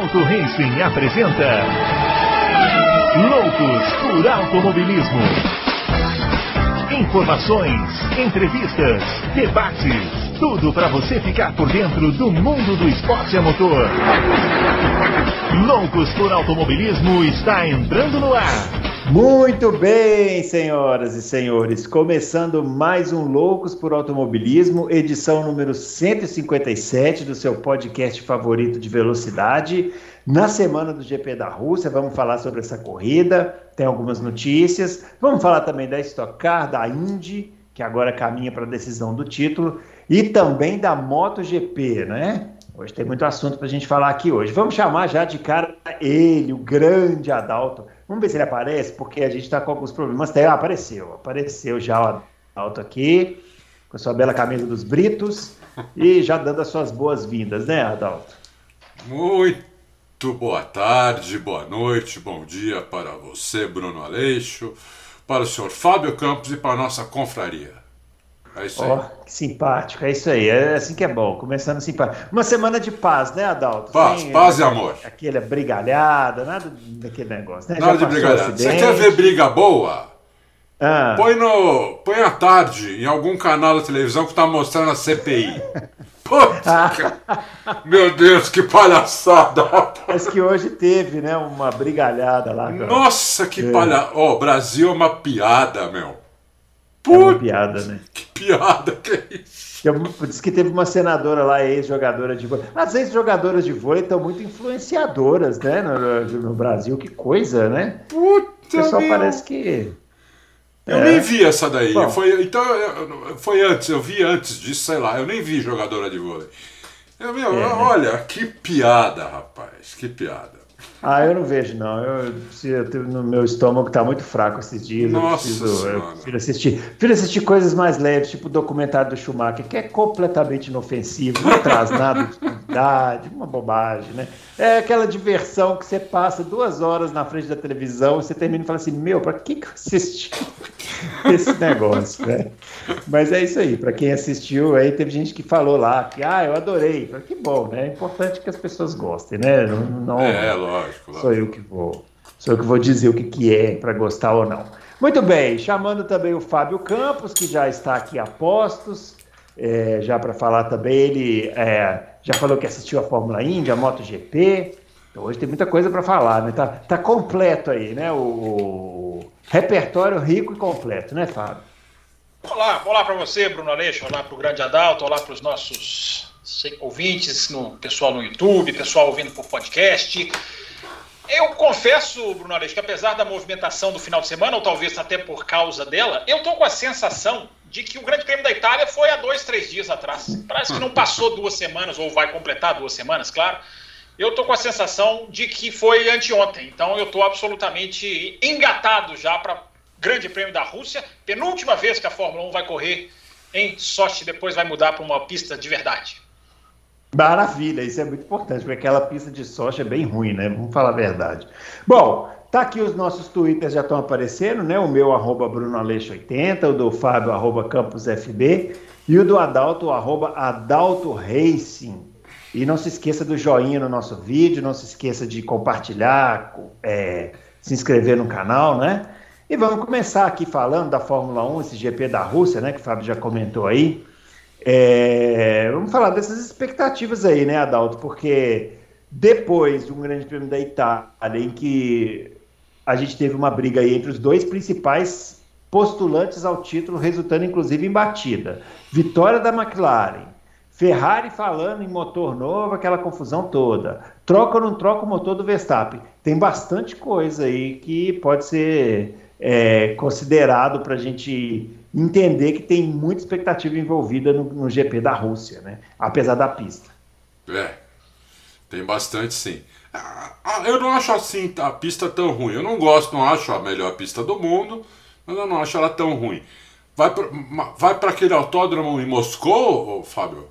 Adalto Racing apresenta Loucos por Automobilismo. Informações, entrevistas, debates, tudo para você ficar por dentro do mundo do esporte a motor. Loucos por Automobilismo está entrando no ar. Muito bem, senhoras e senhores, começando mais um Loucos por Automobilismo, edição número 157 do seu podcast favorito de velocidade. Na semana do GP da Rússia, vamos falar sobre essa corrida, tem algumas notícias, vamos falar também da Stock Car, da Indy, que agora caminha para a decisão do título, e também da MotoGP, né? Hoje tem muito assunto para a gente falar aqui hoje. Vamos chamar já de cara ele, o grande Adalto. Vamos ver se ele aparece, porque a gente está com alguns problemas. Apareceu já o Adalto aqui, com a sua bela camisa dos Britos, e já dando as suas boas-vindas, né, Adalto? Muito boa tarde, boa noite, bom dia para você, Bruno Aleixo, para o senhor Fábio Campos e para a nossa confraria. É isso aí. Que simpático, é isso aí, é assim que é bom, começando simpático. Uma semana de paz, né, Adalto? Paz e amor. Aquela brigalhada, nada daquele negócio, né? Nada de brigalhada. Você quer ver briga boa? Põe à tarde em algum canal da televisão que tá mostrando a CPI. Puta, meu Deus, que palhaçada, rapaz. Parece que hoje teve, né, uma brigalhada lá. Nossa, que palhaçada. O Brasil é uma piada, meu. É uma piada, né? Que piada, que é isso? Diz que teve uma senadora lá, ex-jogadora de vôlei. As ex-jogadoras de vôlei estão muito influenciadoras, né, no Brasil. Que coisa, né? Puta, o pessoal parece que... Eu nem vi essa daí. Bom, Foi antes, eu vi antes disso, sei lá. Eu nem vi jogadora de vôlei. Olha, que piada, rapaz. Que piada. Eu não vejo, não. No meu estômago tá muito fraco esses dias. Nossa, eu prefiro assistir coisas mais leves, tipo o documentário do Schumacher, que é completamente inofensivo, não traz nada de verdade, uma bobagem, né? É aquela diversão que você passa 2 horas na frente da televisão e você termina e fala assim, pra que eu assisti esse negócio, né? Mas é isso aí, para quem assistiu, aí teve gente que falou lá que, eu adorei. Falei, que bom, né? É importante que as pessoas gostem, né? Lógico. Sou eu que vou dizer o que é para gostar ou não. Muito bem, chamando também o Fábio Campos, que já está aqui a postos, já para falar também, ele já falou que assistiu a Fórmula Indy, a MotoGP, então hoje tem muita coisa para falar, né? Tá completo aí, né? O repertório rico e completo, né, Fábio? Olá para você, Bruno Aleixo, olá para o grande Adalto, olá para os nossos ouvintes, pessoal no YouTube, pessoal ouvindo por podcast. Eu confesso, Bruno Aleixo, que apesar da movimentação do final de semana, ou talvez até por causa dela, eu estou com a sensação de que o Grande Prêmio da Itália foi há 2-3 dias atrás. Parece que não passou 2 semanas, ou vai completar 2 semanas, claro. Eu estou com a sensação de que foi anteontem, então eu estou absolutamente engatado já para Grande Prêmio da Rússia, penúltima vez que a Fórmula 1 vai correr em Sochi, depois vai mudar para uma pista de verdade. Maravilha, isso é muito importante, porque aquela pista de Sochi é bem ruim, né? Vamos falar a verdade. Bom, tá aqui os nossos twitters já estão aparecendo, né? O meu, @BrunoAleixo80, o do Fábio, @CampusFB, e o do Adalto, @AdaltoRacing. E não se esqueça do joinha no nosso vídeo, não se esqueça de compartilhar, se inscrever no canal, né? E vamos começar aqui falando da Fórmula 1, esse GP da Rússia, né, que o Fábio já comentou aí. Vamos falar dessas expectativas aí, né, Adalto? Porque depois de um Grande Prêmio da Itália, em que a gente teve uma briga aí entre os 2 principais postulantes ao título, resultando inclusive em batida. Vitória da McLaren, Ferrari falando em motor novo, aquela confusão toda. Troca ou não troca o motor do Verstappen? Tem bastante coisa aí que pode ser considerado para a gente entender que tem muita expectativa envolvida no GP da Rússia, né? Apesar da pista. Tem bastante, sim. Eu não acho assim a pista tão ruim. Eu não acho a melhor pista do mundo, mas eu não acho ela tão ruim. Vai para aquele autódromo em Moscou, Fábio?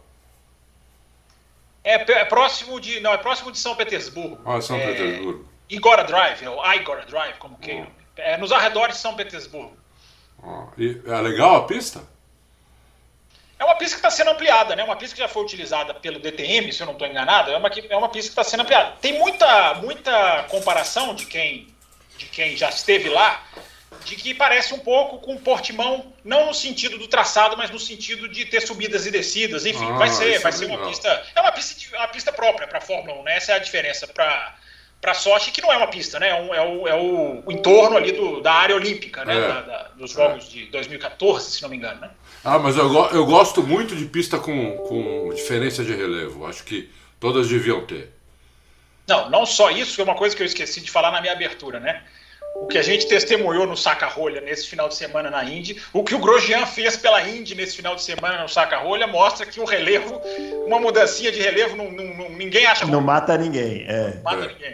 É próximo de São Petersburgo. São Petersburgo. Igora Drive, ou Igora Drive, como queiram. Nos arredores de São Petersburgo. E é legal a pista? É uma pista que está sendo ampliada, né? Uma pista que já foi utilizada pelo DTM, se eu não estou enganado, é uma pista que está sendo ampliada. Tem muita comparação de quem já esteve lá, de que parece um pouco com Portimão, não no sentido do traçado, mas no sentido de ter subidas e descidas, enfim, vai ser uma pista, uma pista própria para a Fórmula 1, né? Essa é a diferença para Sochi, que não é uma pista, né? É o entorno ali da área olímpica, né? Dos Jogos de 2014, se não me engano, né? Mas eu gosto muito de pista com diferença de relevo. Acho que todas deviam ter. Não só isso, é uma coisa que eu esqueci de falar na minha abertura, né? O que a gente testemunhou no Saca-Rolha nesse final de semana na Indy, o que o Grosjean fez pela Indy nesse final de semana no Saca-Rolha, mostra que o relevo, uma mudancinha de relevo, ninguém acha ruim. Não mata ninguém. Não mata ninguém.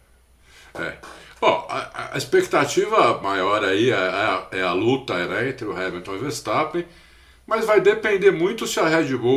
Bom, a expectativa maior aí é a luta, né, entre o Hamilton e o Verstappen, mas vai depender muito se a Red Bull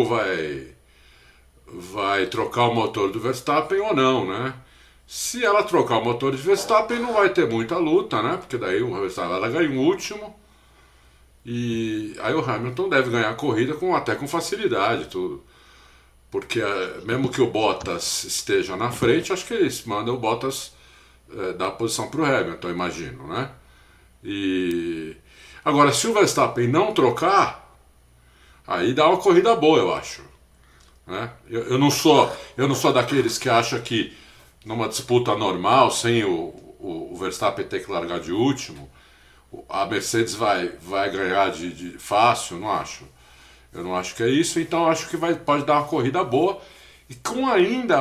vai trocar o motor do Verstappen ou não, né? Se ela trocar o motor de Verstappen, não vai ter muita luta, né? Porque daí o Verstappen ela ganha o último e aí o Hamilton deve ganhar a corrida até com facilidade, tudo. Porque mesmo que o Bottas esteja na frente, acho que eles mandam o Bottas dar a posição para o Hamilton, imagino, né? E agora, se o Verstappen não trocar, aí dá uma corrida boa, eu acho, né? Eu não sou daqueles que acham que numa disputa normal, sem o Verstappen ter que largar de último, a Mercedes vai ganhar de fácil, não acho. Eu não acho que é isso, então acho que pode dar uma corrida boa e com ainda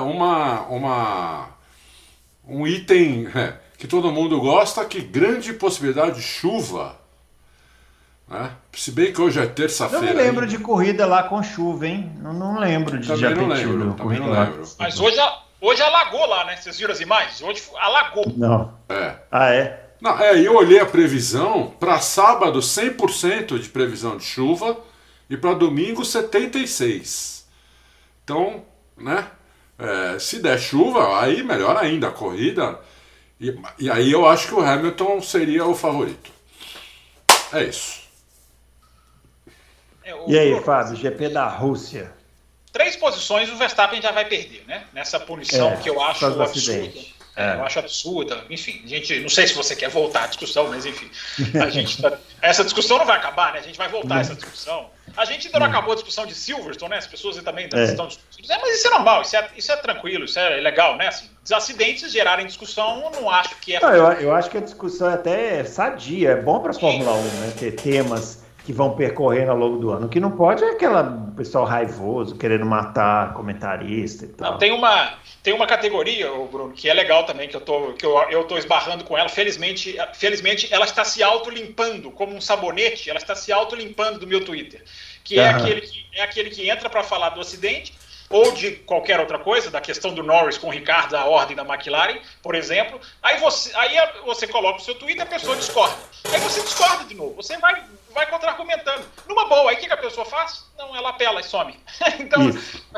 um item que todo mundo gosta, que grande possibilidade de chuva, né? Se bem que hoje é terça-feira. Eu me lembro de corrida lá com chuva, hein? Não lembro de já ter tido corrida lá. Mas hoje alagou lá, né? Vocês viram as imagens? Hoje alagou. Não. É? Não, eu olhei a previsão, para sábado 100% de previsão de chuva e para domingo 76%. Então, né? Se der chuva, aí melhor ainda a corrida. E aí eu acho que o Hamilton seria o favorito. É isso. E aí, Fábio, GP da Rússia? 3 posições o Verstappen já vai perder, né? Nessa punição que eu acho absurda. Eu acho absurda. Enfim, a gente, não sei se você quer voltar à discussão, mas enfim, essa discussão não vai acabar, né? A gente vai voltar a essa discussão. A gente ainda não acabou a discussão de Silverstone, né? As pessoas também estão discutindo. Mas isso é normal, isso é tranquilo, isso é legal, né? Assim, os acidentes gerarem discussão, eu não acho que é... Não, eu acho que a discussão é até sadia, é bom para a Fórmula 1, né? Ter temas que vão percorrendo ao longo do ano. O que não pode é pessoal raivoso, querendo matar comentarista e tal. Não, tem uma categoria, Bruno, que é legal também, que eu tô esbarrando com ela. Felizmente ela está se autolimpando, como um sabonete, ela está se autolimpando do meu Twitter. Que é aquele que entra para falar do acidente, ou de qualquer outra coisa, da questão do Norris com o Ricardo, a ordem da McLaren, por exemplo. Aí você coloca o seu tweet e a pessoa discorda. Aí você discorda de novo, você vai contra-argumentando. Numa boa, aí o que a pessoa faz? Não, ela apela e some. Então,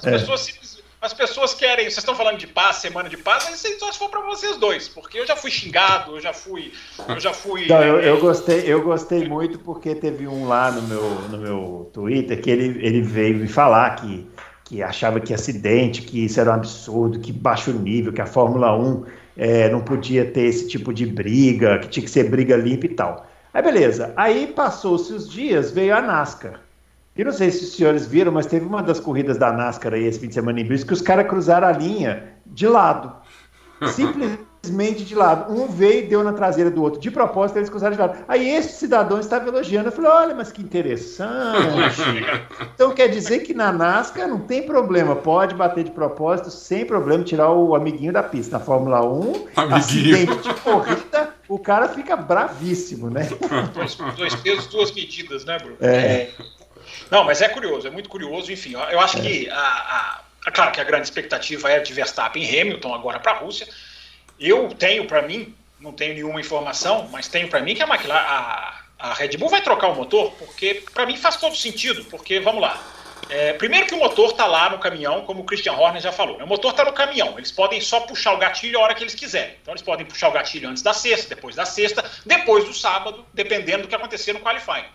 as pessoas querem... Vocês estão falando de paz, semana de paz, mas isso só se for para vocês dois, porque eu já fui xingado, eu já fui... Não, eu gostei muito porque teve um lá no meu Twitter que ele veio me falar que achava que acidente, que isso era um absurdo, que baixo nível, que a Fórmula 1 não podia ter esse tipo de briga, que tinha que ser briga limpa e tal. Aí beleza, aí passou-se os dias, veio a NASCAR. E não sei se os senhores viram, mas teve uma das corridas da NASCAR aí esse fim de semana em Bristol que os caras cruzaram a linha de lado. Simplesmente de lado. Um veio e deu na traseira do outro. De propósito, eles cruzaram de lado. Aí esse cidadão estava elogiando. Eu falei, olha, mas que interessante. Então quer dizer que na NASCAR não tem problema. Pode bater de propósito, sem problema, tirar o amiguinho da pista. Na Fórmula 1, acidente de corrida, o cara fica bravíssimo, né? 2 pesos, 2 medidas, né, Bruno? Não, mas é curioso, é muito curioso. Enfim, eu acho que claro que a grande expectativa é de Verstappen e Hamilton agora para a Rússia. Eu tenho para mim, não tenho nenhuma informação, mas tenho para mim que a Red Bull vai trocar o motor, porque para mim faz todo sentido, porque, vamos lá, primeiro que o motor está lá no caminhão, como o Christian Horner já falou, né? O motor está no caminhão, eles podem só puxar o gatilho a hora que eles quiserem. Então eles podem puxar o gatilho antes da sexta, depois do sábado, dependendo do que acontecer no qualifying.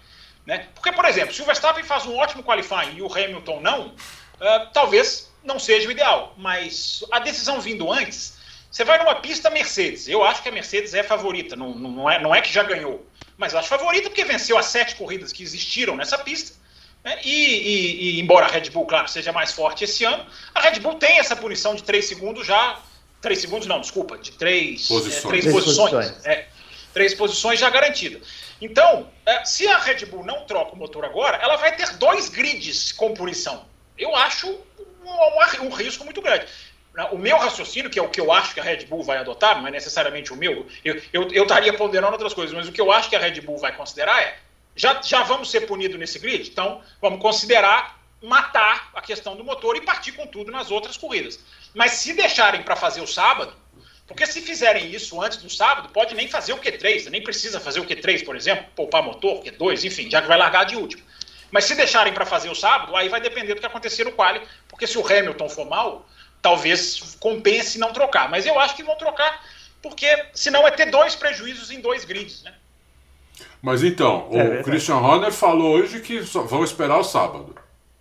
Né? Porque, por exemplo, se o Verstappen faz um ótimo qualifying e o Hamilton não, talvez não seja o ideal. Mas a decisão vindo antes, você vai numa pista Mercedes. Eu acho que a Mercedes é favorita, não é que já ganhou. Mas eu acho favorita porque venceu as 7 corridas que existiram nessa pista. Né? E embora a Red Bull, claro, seja mais forte esse ano, a Red Bull tem essa punição de 3 segundos já... 3 segundos não, desculpa, de 3 posições. 3 posições já garantida. Então, se a Red Bull não troca o motor agora, ela vai ter 2 grids com punição. Eu acho um risco muito grande. O meu raciocínio, que é o que eu acho que a Red Bull vai adotar, não é necessariamente o meu, eu estaria ponderando outras coisas, mas o que eu acho que a Red Bull vai considerar é, já vamos ser punidos nesse grid, então vamos considerar matar a questão do motor e partir com tudo nas outras corridas. Mas se deixarem para fazer o sábado, porque se fizerem isso antes do sábado, pode nem fazer o Q3, nem precisa fazer o Q3, por exemplo, poupar motor, Q2, enfim, já que vai largar de último. Mas se deixarem para fazer o sábado, aí vai depender do que acontecer no quali, porque se o Hamilton for mal, talvez compense não trocar. Mas eu acho que vão trocar, porque senão é ter 2 prejuízos em 2 grids, né? Mas então, o Christian Horner falou hoje que vão esperar o sábado.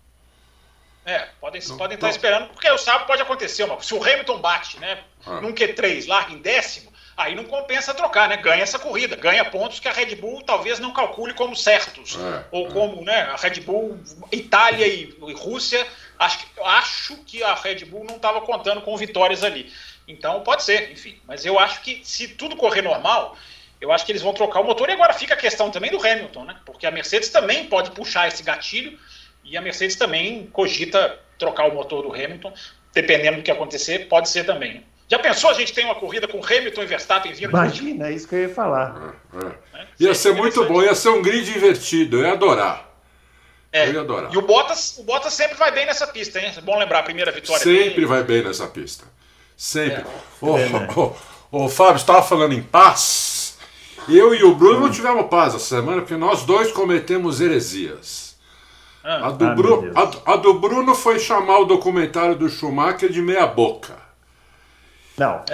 Podem estar esperando, porque o sábado pode acontecer. Se o Hamilton bate, né, num Q3, larga em 10º, aí não compensa trocar, né? Ganha essa corrida, ganha pontos que a Red Bull talvez não calcule como certos. Ou como, né, a Red Bull, Itália e Rússia, acho que a Red Bull não estava contando com vitórias ali. Então pode ser, enfim. Mas eu acho que se tudo correr normal, eu acho que eles vão trocar o motor. E agora fica a questão também do Hamilton, né? Porque a Mercedes também pode puxar esse gatilho. E a Mercedes também cogita trocar o motor do Hamilton, dependendo do que acontecer, pode ser também. Né? Já pensou a gente tem uma corrida com Hamilton e Verstappen vindo? Imagina, é isso que eu ia falar. Ia ser muito bom, ia ser um grid invertido, eu ia adorar. Eu ia adorar. E o Bottas sempre vai bem nessa pista, hein? É bom lembrar, a primeira vitória sempre vai bem nessa pista. Sempre. O Fábio estava falando em paz. Eu e o Bruno não tivemos paz essa semana, porque nós 2 cometemos heresias. A do Bruno foi chamar o documentário do Schumacher de meia boca. Não.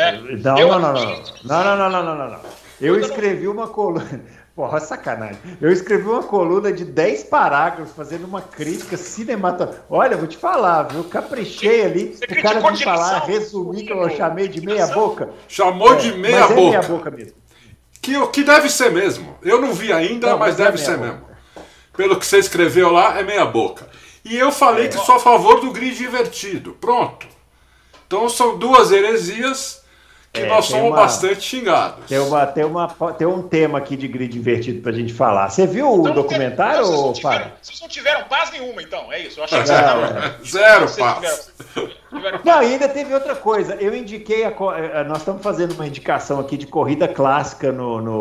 Eu escrevi uma coluna. Porra, sacanagem. Eu escrevi uma coluna de 10 parágrafos fazendo uma crítica cinematográfica. Olha, vou te falar, viu? Caprichei ali. O cara me falar, resumir que eu chamei de meia boca. Chamou de meia boca. É meia boca mesmo. Que deve ser mesmo. Eu não vi ainda, mas deve ser mesmo. Pelo que você escreveu lá, é meia boca. E eu falei que sou a favor do grid invertido. Pronto. Então são 2 heresias que nós somos bastante xingados. Tem um tema aqui de grid invertido pra gente falar. Você viu o documentário, Fábio? Vocês não tiveram paz nenhuma, então. É isso. Eu achei que Zero paz. Não, e ainda teve outra coisa. Eu indiquei, nós estamos fazendo uma indicação aqui de corrida clássica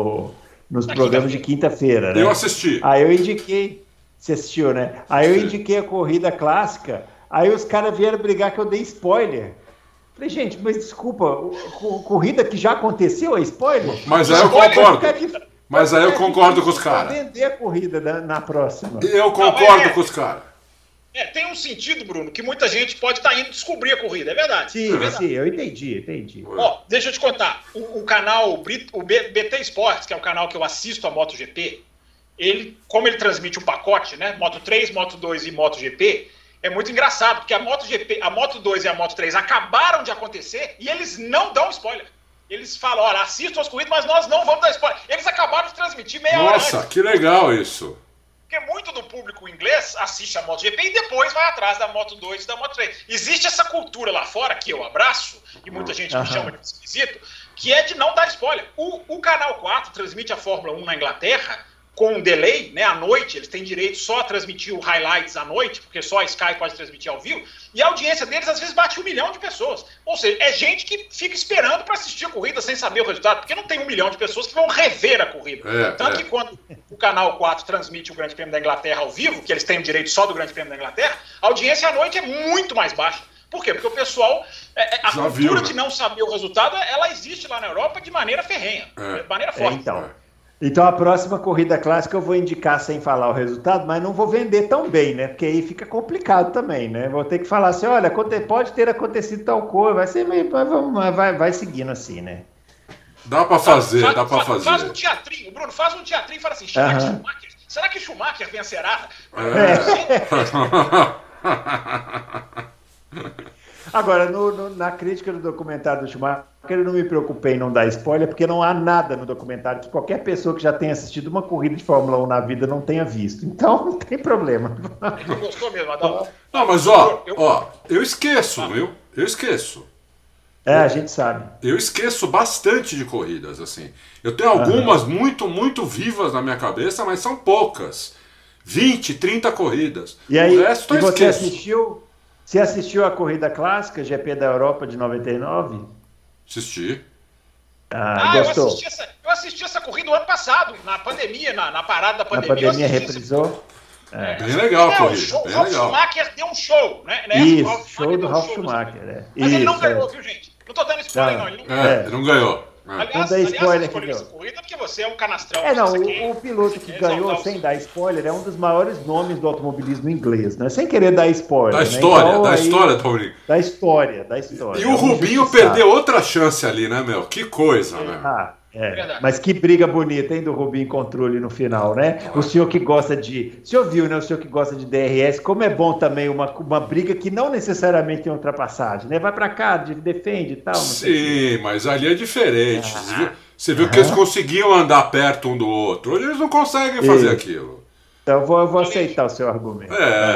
nos programas de quinta-feira, né? Eu assisti. Aí eu indiquei. Você assistiu, né? Aí eu indiquei a corrida clássica. Aí os caras vieram brigar que eu dei spoiler. Falei, gente, mas desculpa, corrida que já aconteceu é spoiler? Mas aí eu concordo. Mas aí eu concordo com os caras. Vender a corrida na próxima. Eu concordo com os caras. Tem um sentido, Bruno, que muita gente pode estar indo descobrir a corrida, é verdade. Sim, eu entendi. Ó, deixa eu te contar, o canal, o BT Esportes, que é o canal que eu assisto a MotoGP, como ele transmite o pacote, né, Moto 3, Moto 2 e MotoGP, é muito engraçado, porque a MotoGP, a Moto 2 e a Moto 3 acabaram de acontecer e eles não dão spoiler. Eles falam, olha, assistam as corridas, mas nós não vamos dar spoiler. Eles acabaram de transmitir meia hora antes. Nossa, que legal isso. Porque muito do público inglês assiste a MotoGP e depois vai atrás da Moto 2 e da Moto 3. Existe essa cultura lá fora, que eu abraço, e muita gente me chama de esquisito, que é de não dar spoiler. O Canal 4 transmite a Fórmula 1 na Inglaterra com um delay, né, à noite. Eles têm direito só a transmitir o highlights à noite, porque só a Sky pode transmitir ao vivo, e a audiência deles às vezes bate 1 milhão de pessoas. Ou seja, é gente que fica esperando para assistir a corrida sem saber o resultado, porque não tem 1 milhão de pessoas que vão rever a corrida. Tanto que quando o Canal 4 transmite o Grande Prêmio da Inglaterra ao vivo, que eles têm o direito só do Grande Prêmio da Inglaterra, a audiência à noite é muito mais baixa. Por quê? Porque o pessoal, a cultura de não saber o resultado, ela existe lá na Europa de maneira ferrenha, de maneira forte. Então a próxima corrida clássica eu vou indicar sem falar o resultado, mas não vou vender tão bem, né? Porque aí fica complicado também, né? Vou ter que falar assim, olha, pode ter acontecido tal coisa, vai ser meio, vai seguindo assim, né? Dá pra fazer, dá pra fazer. Faz um teatrinho, Bruno, faz um teatrinho e fala assim, será que Schumacher vencerá? Agora, na crítica do documentário do Schumacher, eu não me preocupei em não dar spoiler, porque não há nada no documentário que qualquer pessoa que já tenha assistido uma corrida de Fórmula 1 na vida não tenha visto. Então, não tem problema. Ele não gostou mesmo, Adalto? Não, mas eu esqueço, viu? Eu esqueço. A gente sabe. Eu esqueço bastante de corridas, assim. Eu tenho algumas muito, muito vivas na minha cabeça, mas são poucas. 20, 30 corridas. E aí, o resto eu esqueço. Você assistiu a corrida clássica, GP da Europa de 99? Assisti. Gostou? Eu assisti essa corrida o ano passado, na pandemia, na parada da pandemia. Na pandemia reprisou? Bem legal a corrida. O Ralf Schumacher deu um show, né? Isso, show do Ralf Schumacher. Mas ele não ganhou, viu, gente? Não tô dando spoiler, não. Ele não ganhou. Aliás, não dá spoiler escolhi essa corrida porque você é um canastrão. O piloto que ganhou, sem dar spoiler, é um dos maiores nomes do automobilismo inglês, né? Sem querer dar spoiler. Da história, Paulinho. Da história. E o Rubinho perdeu outra chance ali, né, meu? Que coisa, né? Mas que briga bonita, hein, do Rubinho contra ali no final, né? O senhor que gosta de... O senhor viu, né? O senhor que gosta de DRS, como é bom também uma briga que não necessariamente tem ultrapassagem, né? Vai pra cá, defende e tal. Sim, mas ali é diferente. Você viu que eles conseguiam andar perto um do outro. Hoje eles não conseguem fazer aquilo. Então eu vou aceitar o seu argumento.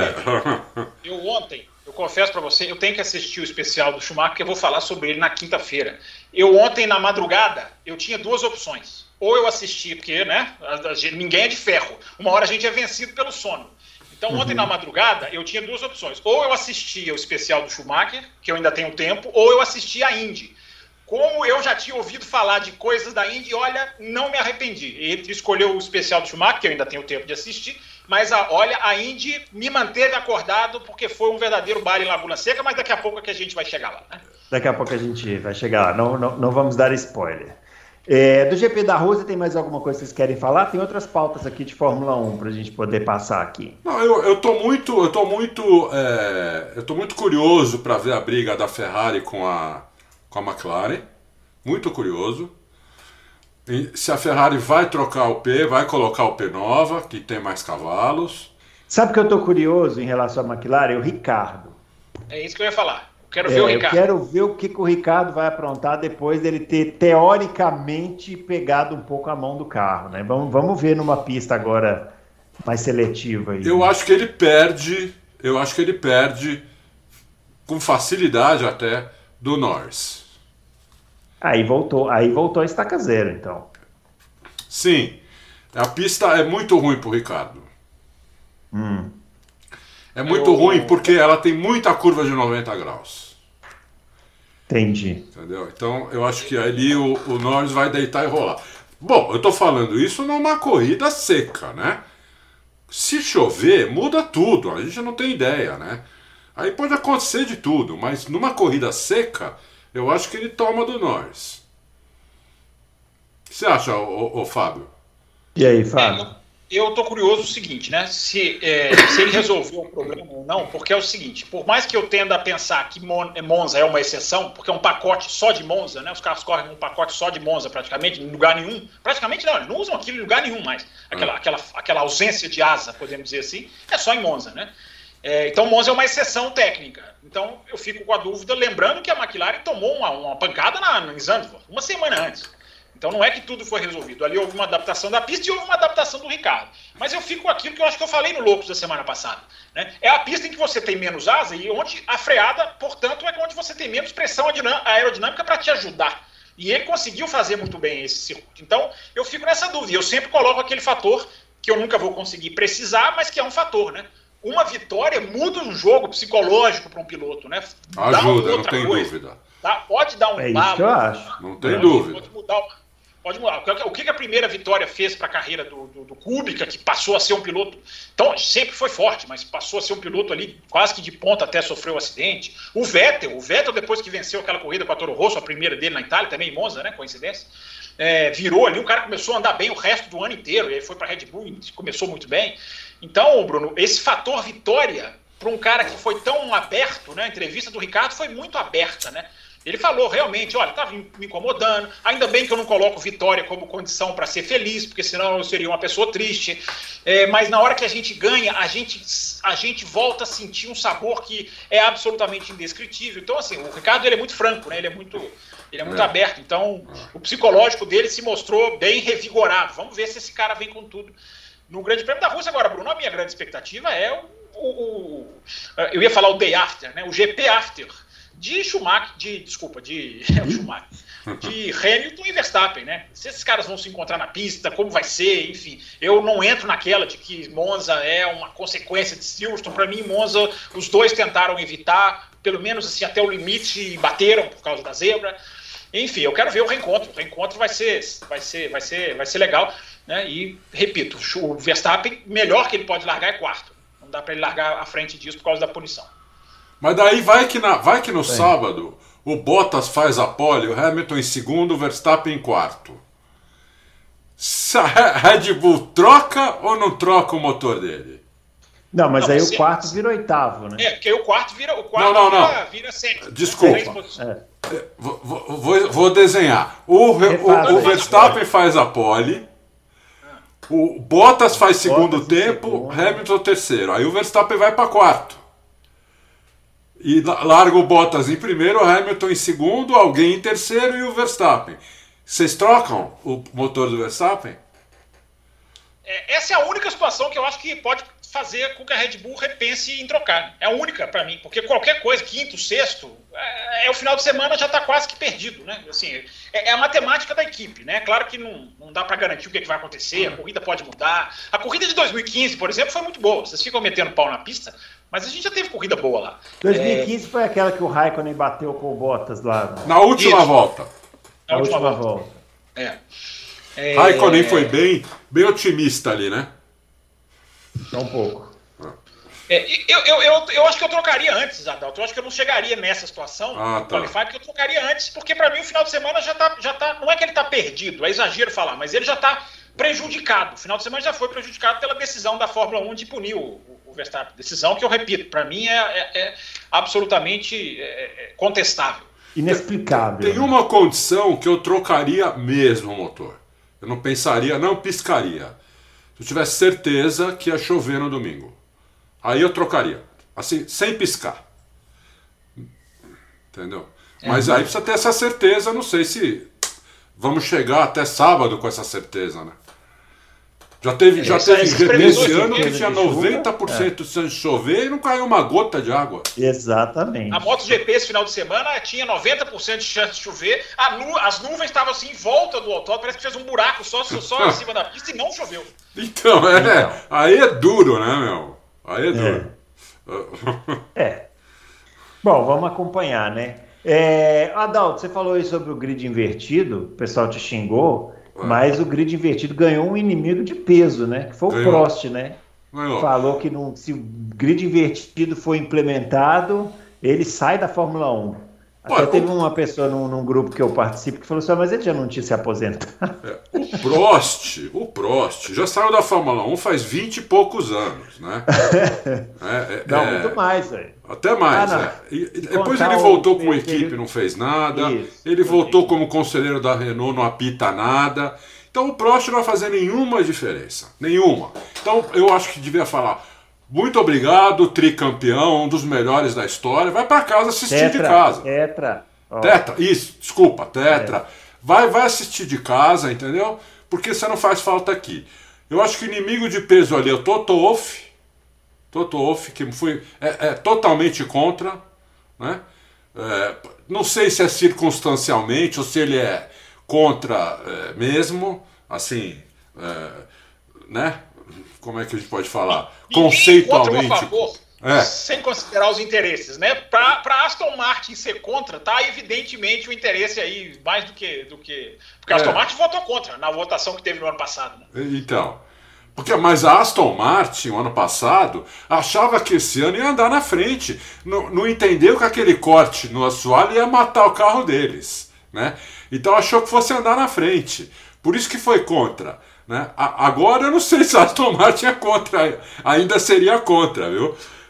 Eu confesso para você, eu tenho que assistir o especial do Schumacher, porque eu vou falar sobre ele na quinta-feira. Eu ontem, na madrugada, eu tinha duas opções. Ou eu assistia, porque, né, ninguém é de ferro. Uma hora a gente é vencido pelo sono. Então, ontem, na madrugada, eu tinha duas opções. Ou eu assistia o especial do Schumacher, que eu ainda tenho tempo, ou eu assistia a Indy. Como eu já tinha ouvido falar de coisas da Indy, olha, não me arrependi. Ele escolheu o especial do Schumacher, que eu ainda tenho tempo de assistir, mas a Indy me manteve acordado porque foi um verdadeiro baile em Laguna Seca, mas daqui a pouco é que a gente vai chegar lá, né? Daqui a pouco a gente vai chegar lá, não vamos dar spoiler. Do GP da Rússia, tem mais alguma coisa que vocês querem falar? Tem outras pautas aqui de Fórmula 1 para a gente poder passar aqui. Não, eu tô muito curioso para ver a briga da Ferrari com a McLaren, muito curioso. Se a Ferrari vai trocar o P, vai colocar o P nova, que tem mais cavalos. Sabe que eu tô curioso em relação à McLaren? O Ricardo. É isso que eu ia falar. Quero ver o Ricardo. Eu quero ver o que o Ricardo vai aprontar depois dele ter, teoricamente, pegado um pouco a mão do carro, né? Vamos ver numa pista agora mais seletiva. Aí, eu acho que ele perde com facilidade até do Norris. Aí voltou a estaca zero, então. Sim, a pista é muito ruim pro Ricardo. É muito ruim porque ela tem muita curva de 90 graus. Entendi. Entendeu? Então eu acho que ali o Norris vai deitar e rolar. Bom, eu tô falando isso numa corrida seca, né? Se chover, muda tudo, a gente não tem ideia, né? Aí pode acontecer de tudo, mas numa corrida seca, eu acho que ele toma do Norris. O que você acha, ô Fábio? E aí, Fábio? Eu tô curioso o seguinte, né? Se ele resolveu o problema ou não, porque é o seguinte, por mais que eu tenda a pensar que Monza é uma exceção, porque é um pacote só de Monza, né? Os carros correm um pacote só de Monza praticamente, em lugar nenhum. Praticamente não, eles não usam aquilo em lugar nenhum mais. Aquela ausência de asa, podemos dizer assim, é só em Monza, né? Então Monza é uma exceção técnica. Então eu fico com a dúvida, lembrando que a McLaren tomou uma pancada em Zandvoort, uma semana antes. Então não é que tudo foi resolvido. Ali houve uma adaptação da pista e houve uma adaptação do Ricardo. Mas eu fico com aquilo que eu acho que eu falei no Loucos da semana passada, né? É a pista em que você tem menos asa e onde a freada, portanto, é onde você tem menos pressão aerodinâmica para te ajudar. E ele conseguiu fazer muito bem esse circuito. Então eu fico nessa dúvida. Eu sempre coloco aquele fator que eu nunca vou conseguir precisar, mas que é um fator, né? Uma vitória muda um jogo psicológico para um piloto, né? Ajuda, não tem dúvida. Tá? Pode dar um balo. Isso que eu acho. Não tem dúvida. Pode mudar. O que a primeira vitória fez para a carreira do Kubica, que passou a ser um piloto, então sempre foi forte, mas passou a ser um piloto ali quase que de ponta até sofreu um acidente. O Vettel, depois que venceu aquela corrida com a Toro Rosso, a primeira dele na Itália, também em Monza, né, coincidência, virou ali, o cara começou a andar bem o resto do ano inteiro, e aí foi para a Red Bull e começou muito bem. Então, Bruno, esse fator vitória para um cara que foi tão aberto, né, a entrevista do Ricardo foi muito aberta, né? Ele falou realmente, olha, estava me incomodando, ainda bem que eu não coloco vitória como condição para ser feliz, porque senão eu seria uma pessoa triste, mas na hora que a gente ganha, a gente volta a sentir um sabor que é absolutamente indescritível. Então, assim, o Ricardo ele é muito franco, né? Ele é muito aberto, então o psicológico dele se mostrou bem revigorado. Vamos ver se esse cara vem com tudo no Grande Prêmio da Rússia. Agora, Bruno, a minha grande expectativa é eu ia falar o Day After, né? O GP After de Schumacher, de Hamilton e Verstappen, né? Se esses caras vão se encontrar na pista, como vai ser, enfim. Eu não entro naquela de que Monza é uma consequência de Silverstone. Para mim, Monza, os dois tentaram evitar, pelo menos assim, até o limite, e bateram por causa da zebra. Enfim, eu quero ver o reencontro. O reencontro vai ser legal, né? E, repito, o Verstappen, melhor que ele pode largar é quarto. Não dá para ele largar à frente disso por causa da punição. Mas daí vai que no sábado o Bottas faz a pole, o Hamilton em segundo, o Verstappen em quarto. A Red Bull troca ou não troca o motor dele? Não, mas aí o quarto vira oitavo, né? Porque o quarto vira vira sempre. Desculpa. Vou desenhar. O Verstappen faz a pole, o Bottas faz segundo tempo, Hamilton terceiro. Aí o Verstappen vai para quarto. E larga o Bottas em primeiro, o Hamilton em segundo, alguém em terceiro e o Verstappen. Vocês trocam o motor do Verstappen? Essa é a única situação que eu acho que pode fazer com que a Red Bull repense em trocar. É a única para mim, porque qualquer coisa, quinto, sexto, o final de semana já está quase que perdido, né? Assim, é a matemática da equipe, né? Claro que não dá para garantir o que vai acontecer, a corrida pode mudar. A corrida de 2015, por exemplo, foi muito boa. Vocês ficam metendo pau na pista, mas a gente já teve corrida boa lá. 2015 foi aquela que o Raikkonen bateu com o Bottas lá. Na última volta. Na última volta. Raikkonen foi bem otimista ali, né? Só um pouco. Eu acho que eu trocaria antes, Adalto. Eu acho que eu não chegaria nessa situação no Qualify, porque eu trocaria antes, porque para mim o final de semana já tá. Não é que ele tá perdido, é exagero falar, mas ele já tá prejudicado. O final de semana já foi prejudicado pela decisão da Fórmula 1 de punir o Verstappen. Decisão que eu repito, para mim é absolutamente contestável. Inexplicável. Tem uma condição que eu trocaria mesmo o motor. Eu não pensaria, não piscaria. Se eu tivesse certeza que ia chover no domingo. Aí eu trocaria. Assim, sem piscar. Entendeu? Mas aí precisa ter essa certeza. Não sei se vamos chegar até sábado com essa certeza, né? Já teve GP esse ano que tinha 90% de chance de chover e não caiu uma gota de água. Exatamente. A MotoGP esse final de semana tinha 90% de chance de chover, as nuvens estavam assim em volta do autódromo, parece que fez um buraco só em cima da pista e não choveu. Então, aí é duro, né, meu? Aí é duro. Bom, vamos acompanhar, né? Adalto, você falou aí sobre o grid invertido, o pessoal te xingou. Mas o grid invertido ganhou um inimigo de peso, né? Que foi o Prost, né? Falou que se o grid invertido for implementado, ele sai da Fórmula 1. Até teve uma pessoa num grupo que eu participo que falou assim, mas ele já não tinha se aposentado. O Prost já saiu da Fórmula 1 faz 20 e poucos anos, né? Não, muito mais, velho. Até mais, E depois ele voltou com a equipe, não fez nada. Ele voltou como conselheiro da Renault, não apita nada. Então o Prost não vai fazer nenhuma diferença. Nenhuma. Então eu acho que devia falar, muito obrigado, tricampeão, um dos melhores da história. Vai para casa assistir de casa. Tetra. Isso, desculpa, Tetra. Vai assistir de casa, entendeu? Porque você não faz falta aqui. Eu acho que o inimigo de peso ali é o Toto Wolff, que foi totalmente contra, né? Não sei se é circunstancialmente ou se ele é contra mesmo, assim, né? Como é que a gente pode falar? Conceitualmente. Contra ou a favor, sem considerar os interesses, né? Para Aston Martin ser contra, tá evidentemente o interesse aí mais do que porque a Aston Martin votou contra na votação que teve no ano passado. Né? Então, mas a Aston Martin, o ano passado, achava que esse ano ia andar na frente. Não entendeu que aquele corte no assoalho ia matar o carro deles, né? Então achou que fosse andar na frente. Por isso que foi contra. Né? Agora eu não sei se a Aston Martin é contra, ainda seria contra, viu?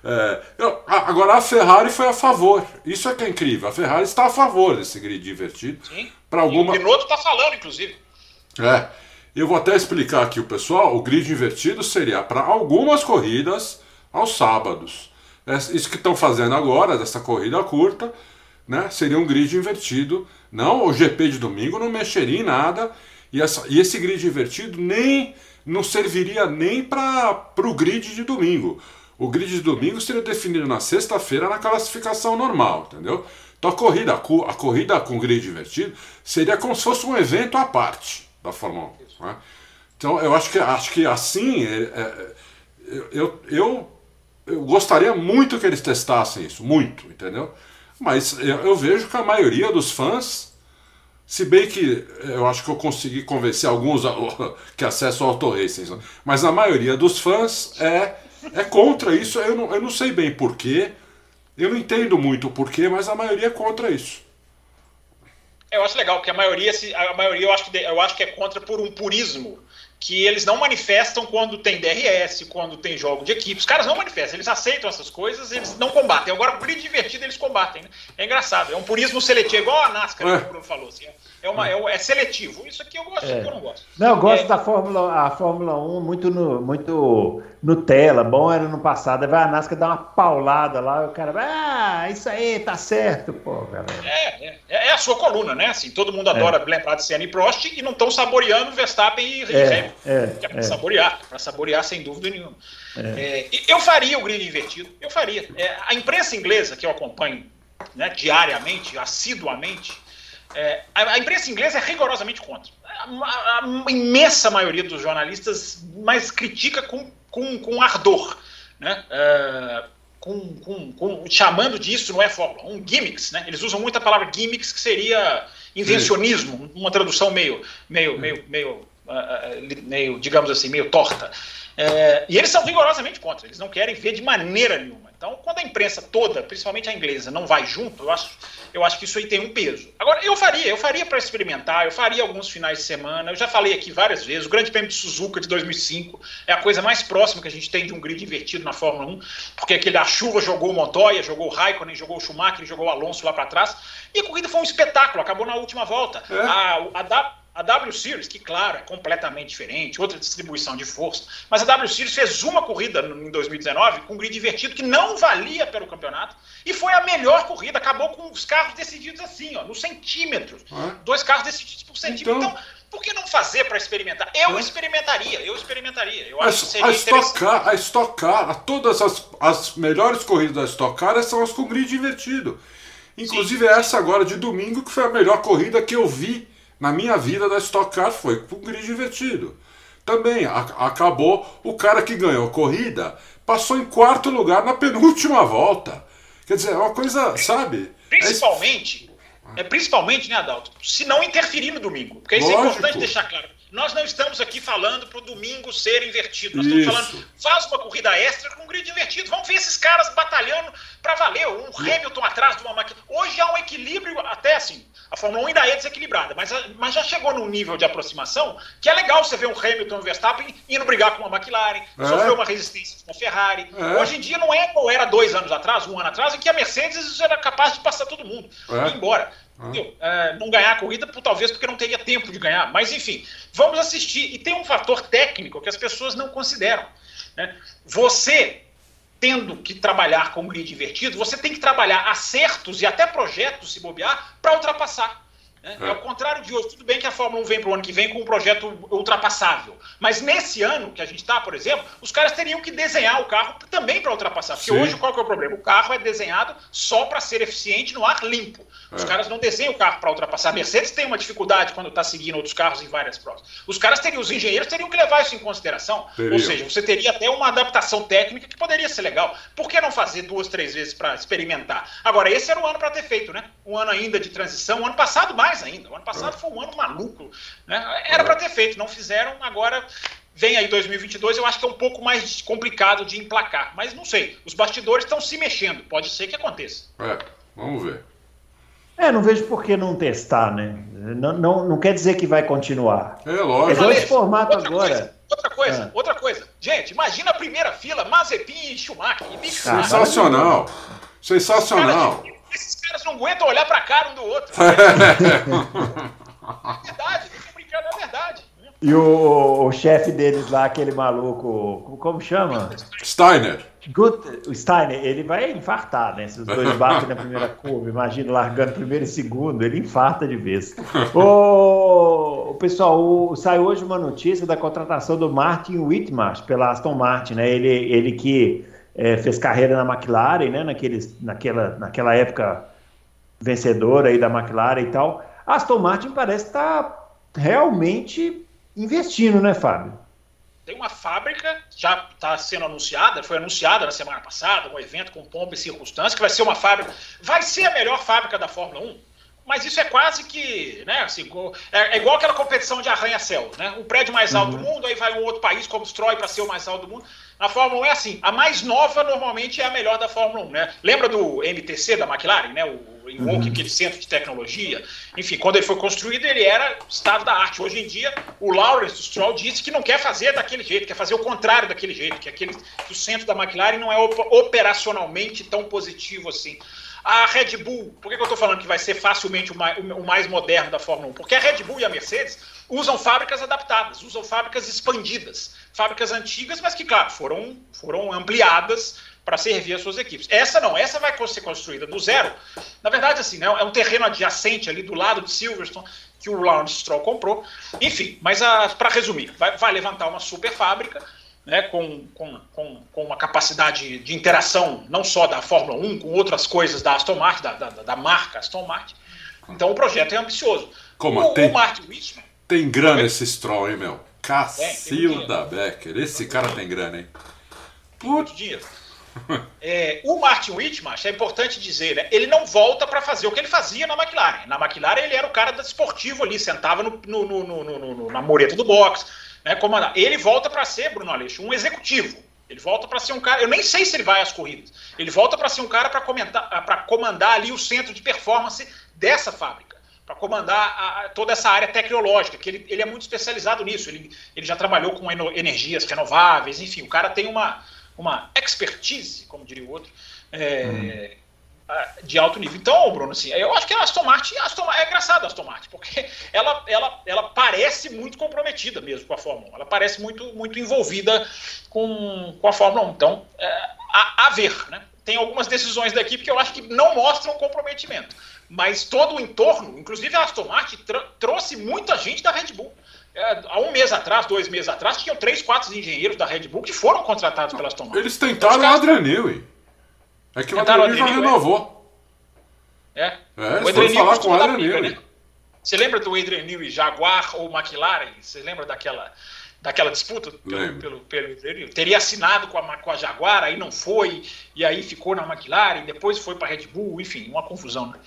Agora a Ferrari foi a favor. Isso é que é incrível. A Ferrari está a favor desse grid invertido. Sim. E o Binotto está falando, inclusive. Eu vou até explicar aqui o pessoal. O grid invertido seria para algumas corridas aos sábados. Isso que estão fazendo agora, dessa corrida curta, né, seria um grid invertido. Não, o GP de domingo não mexeria em nada. E esse grid invertido não serviria nem para o grid de domingo. O grid de domingo seria definido na sexta-feira na classificação normal, entendeu? Então a corrida com grid invertido seria como se fosse um evento à parte da Fórmula 1. Né? Então eu acho que assim eu gostaria muito que eles testassem isso, muito, entendeu? Mas eu vejo que a maioria dos fãs, se bem que eu acho que eu consegui convencer alguns que acessam o Auto Racing, mas a maioria dos fãs é contra isso. Eu não sei bem porquê, eu não entendo muito o porquê, mas a maioria é contra isso. Eu acho legal, porque a maioria eu acho que é contra por um purismo que eles não manifestam quando tem DRS, quando tem jogo de equipe. Os caras não manifestam, eles aceitam essas coisas, eles não combatem. Agora, o grid divertido eles combatem, né? É engraçado, é um purismo seletivo, igual a NASCAR, que o Bruno falou. Assim, é seletivo. Isso aqui eu gosto, isso aqui eu não gosto. Não, eu gosto da Fórmula 1 muito Nutella. Bom era no passado, vai a NASCAR dar uma paulada lá, e o cara, isso aí, tá certo, pô, galera. É a sua coluna, né? Assim, todo mundo adora lembrar de Senna e Prost e não estão saboreando Verstappen e Hamilton. Para saborear sem dúvida nenhuma. Eu faria o grid invertido, eu faria. A imprensa inglesa, que eu acompanho, né, diariamente, assiduamente, a imprensa inglesa é rigorosamente contra. A imensa maioria dos jornalistas mais critica com ardor, né? Chamando disso, não é Fórmula 1, gimmicks, né? Eles usam muito a palavra gimmicks, que seria invencionismo, uma tradução meio, digamos assim, meio torta. E eles são rigorosamente contra, eles não querem ver de maneira nenhuma. Então, quando a imprensa toda, principalmente a inglesa, não vai junto, eu acho que isso aí tem um peso. Agora, eu faria para experimentar, eu faria alguns finais de semana, eu já falei aqui várias vezes, o Grande Prêmio de Suzuka de 2005 é a coisa mais próxima que a gente tem de um grid invertido na Fórmula 1, porque a chuva jogou o Montoya, jogou o Raikkonen, jogou o Schumacher, jogou o Alonso lá para trás, e a corrida foi um espetáculo, acabou na última volta. A W Series, que claro, é completamente diferente, outra distribuição de força, mas a W Series fez uma corrida em 2019 com um grid invertido que não valia pelo campeonato e foi a melhor corrida, acabou com os carros decididos assim, nos centímetros, 2 carros decididos por centímetro. Então, por que não fazer para experimentar? Eu experimentaria. Eu acho que seria interessante. A Stock Car, todas as melhores corridas da Stock Car são as com grid invertido. Inclusive essa agora de domingo, que foi a melhor corrida que eu vi na minha vida da Stock Car, foi com grid invertido. Também acabou, o cara que ganhou a corrida passou em 4º lugar na penúltima volta. Quer dizer, é uma coisa, sabe? Principalmente, né, Adalto? Se não interferir no domingo. Porque isso é importante deixar claro. Nós não estamos aqui falando para o domingo ser invertido. Nós estamos falando, faz uma corrida extra com um grid invertido. Vamos ver esses caras batalhando para valer. Um Hamilton atrás de uma máquina. Hoje há um equilíbrio, até assim, a Fórmula 1 ainda é desequilibrada, mas já chegou num nível de aproximação que é legal você ver um Hamilton e um Verstappen indo brigar com uma McLaren, sofrer uma resistência com a Ferrari. Hoje em dia não é como era 2 anos atrás, 1 ano atrás, em que a Mercedes era capaz de passar todo mundo e ir embora. Não ganhar a corrida, talvez porque não teria tempo de ganhar, mas enfim, vamos assistir. E tem um fator técnico que as pessoas não consideram, né? Você tendo que trabalhar com grid invertido, você tem que trabalhar acertos e até projetos, se bobear, para ultrapassar. Ao contrário de hoje, tudo bem que a Fórmula 1 vem para o ano que vem com um projeto ultrapassável, mas nesse ano que a gente está, por exemplo, os caras teriam que desenhar o carro também para ultrapassar, porque hoje qual que é o problema? O carro é desenhado só para ser eficiente no ar limpo. Os caras não desenham o carro para ultrapassar. A Mercedes tem uma dificuldade quando está seguindo outros carros em várias provas. Os engenheiros teriam que levar isso em consideração. Ou seja, você teria até uma adaptação técnica que poderia ser legal. Por que não fazer 2, 3 vezes para experimentar? Agora, esse era o ano para ter feito, né? Um ano ainda de transição, o ano passado mais ainda. O ano passado foi um ano maluco, né? Era para ter feito, não fizeram, agora vem aí 2022, eu acho que é um pouco mais complicado de emplacar. Mas não sei, os bastidores estão se mexendo, pode ser que aconteça. Vamos ver. Não vejo por que não testar, né? Não quer dizer que vai continuar. É lógico. É esse formato agora. Outra coisa. Gente, imagina a primeira fila, Mazepin e Schumacher. Sensacional. Sensacional. Esses caras não aguentam olhar pra cara um do outro. É verdade, não tô brincando, é verdade. E o chefe deles lá, aquele maluco, como chama? Steiner. O Steiner, ele vai infartar, né? Se os dois batem na primeira curva, imagina largando primeiro e segundo, ele infarta de vez. Pessoal, saiu hoje uma notícia da contratação do Martin Whitmarsh pela Aston Martin, né? Ele que fez carreira na McLaren, né? Naquela época vencedora aí da McLaren e tal. A Aston Martin parece estar realmente investindo, né, Fábio? Tem uma fábrica, já está sendo anunciada, foi anunciada na semana passada, um evento com pompa e circunstância, que vai ser uma fábrica, vai ser a melhor fábrica da Fórmula 1, mas isso é quase que, né, assim, é igual aquela competição de arranha-céus, né? O prédio mais alto do mundo, aí vai um outro país, constrói para ser o mais alto do mundo. Na Fórmula 1 é assim, a mais nova normalmente é a melhor da Fórmula 1, né? Lembra do MTC da McLaren, né? Aquele centro de tecnologia, enfim, quando ele foi construído, ele era estado da arte. Hoje em dia, o Lawrence Stroll disse que não quer fazer daquele jeito, quer fazer o contrário daquele jeito, que o centro da McLaren não é operacionalmente tão positivo assim. A Red Bull, por que eu estou falando que vai ser facilmente o mais moderno da Fórmula 1? Porque a Red Bull e a Mercedes usam fábricas adaptadas, usam fábricas expandidas, fábricas antigas, mas que, claro, foram ampliadas para servir as suas equipes. Essa vai ser construída do zero. Na verdade, assim, né, é um terreno adjacente ali do lado de Silverstone, que o Lawrence Stroll comprou. Enfim, mas para resumir, vai levantar uma super fábrica, né, com uma capacidade de interação não só da Fórmula 1, com outras coisas da Aston Martin, da marca Aston Martin. Então o projeto é ambicioso. O Martin Whitmarsh... Tem grana esse Stroll, hein, meu? Cacilda Becker. Esse cara tem grana, hein? Muito dinheiro. O Martin Whitmarsh, é importante dizer, né, ele não volta para fazer o que ele fazia na McLaren. Na McLaren ele era o cara da esportivo ali, sentava na mureta do box, né, comandar. Ele volta para ser, Bruno Aleixo, um executivo. Ele volta para ser um cara, eu nem sei se ele vai às corridas, ele volta para ser um cara para comandar ali o centro de performance dessa fábrica, para comandar toda essa área tecnológica, que ele é muito especializado nisso, ele já trabalhou com energias renováveis, enfim, o cara tem uma expertise, como diria o outro, de alto nível. Então, Bruno, assim, eu acho que a Aston Martin é engraçado a Aston Martin, porque ela parece muito comprometida mesmo com a Fórmula 1, ela parece muito envolvida com a Fórmula 1. Então, a ver, né? Tem algumas decisões da equipe que eu acho que não mostram comprometimento, mas todo o entorno, inclusive a Aston Martin trouxe muita gente da Red Bull. Há um mês atrás, 2 meses atrás, tinham 3, 4 engenheiros da Red Bull que foram contratados pela Aston Martin. Eles tentaram o Adrian Newey. É que o Adrian Newey já renovou. O Adrian Newey falar com o Adrian Newey. Né? Você lembra do Adrian Newey, Jaguar ou McLaren? Você lembra daquela disputa pelo Adrian Newey? Teria assinado com a Jaguar, aí não foi, e aí ficou na McLaren, depois foi para a Red Bull, enfim, uma confusão, né?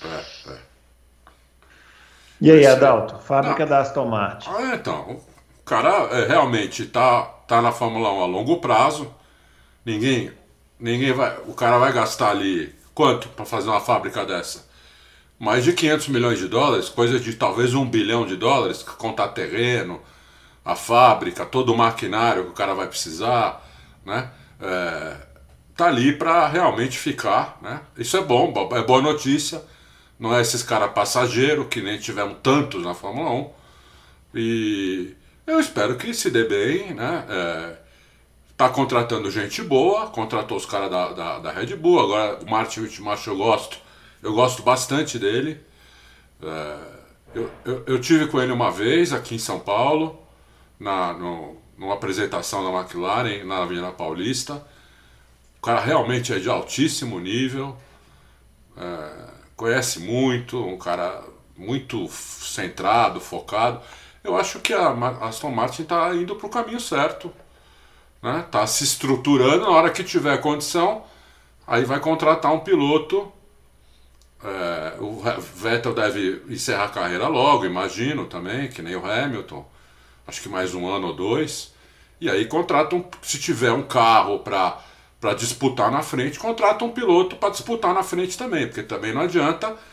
E aí, Adalto, fábrica da Aston Martin? Então, o cara realmente tá na Fórmula 1 a longo prazo. Ninguém vai. O cara vai gastar ali quanto para fazer uma fábrica dessa? Mais de 500 milhões de dólares, coisa de talvez $1 bilhão, contar terreno, a fábrica, todo o maquinário que o cara vai precisar, né? Tá ali para realmente ficar, né? Isso é bom, é boa notícia. Não é esses caras passageiros, que nem tivemos tantos na Fórmula 1. E eu espero que se dê bem, né? Tá contratando gente boa, contratou os caras da Red Bull. Agora o Martin Whitmarsh eu gosto bastante dele. Eu tive com ele uma vez aqui em São Paulo, numa apresentação da McLaren na Avenida Paulista. O cara realmente é de altíssimo nível. Conhece muito, um cara muito centrado, focado. Eu acho que a Aston Martin está indo para o caminho certo, né? Está se estruturando, na hora que tiver condição, aí vai contratar um piloto. O Vettel deve encerrar a carreira logo, imagino também, que nem o Hamilton, acho que mais 1 ano ou 2, e aí contratam, se tiver um carro para disputar na frente, contrata um piloto para disputar na frente também, porque também não adianta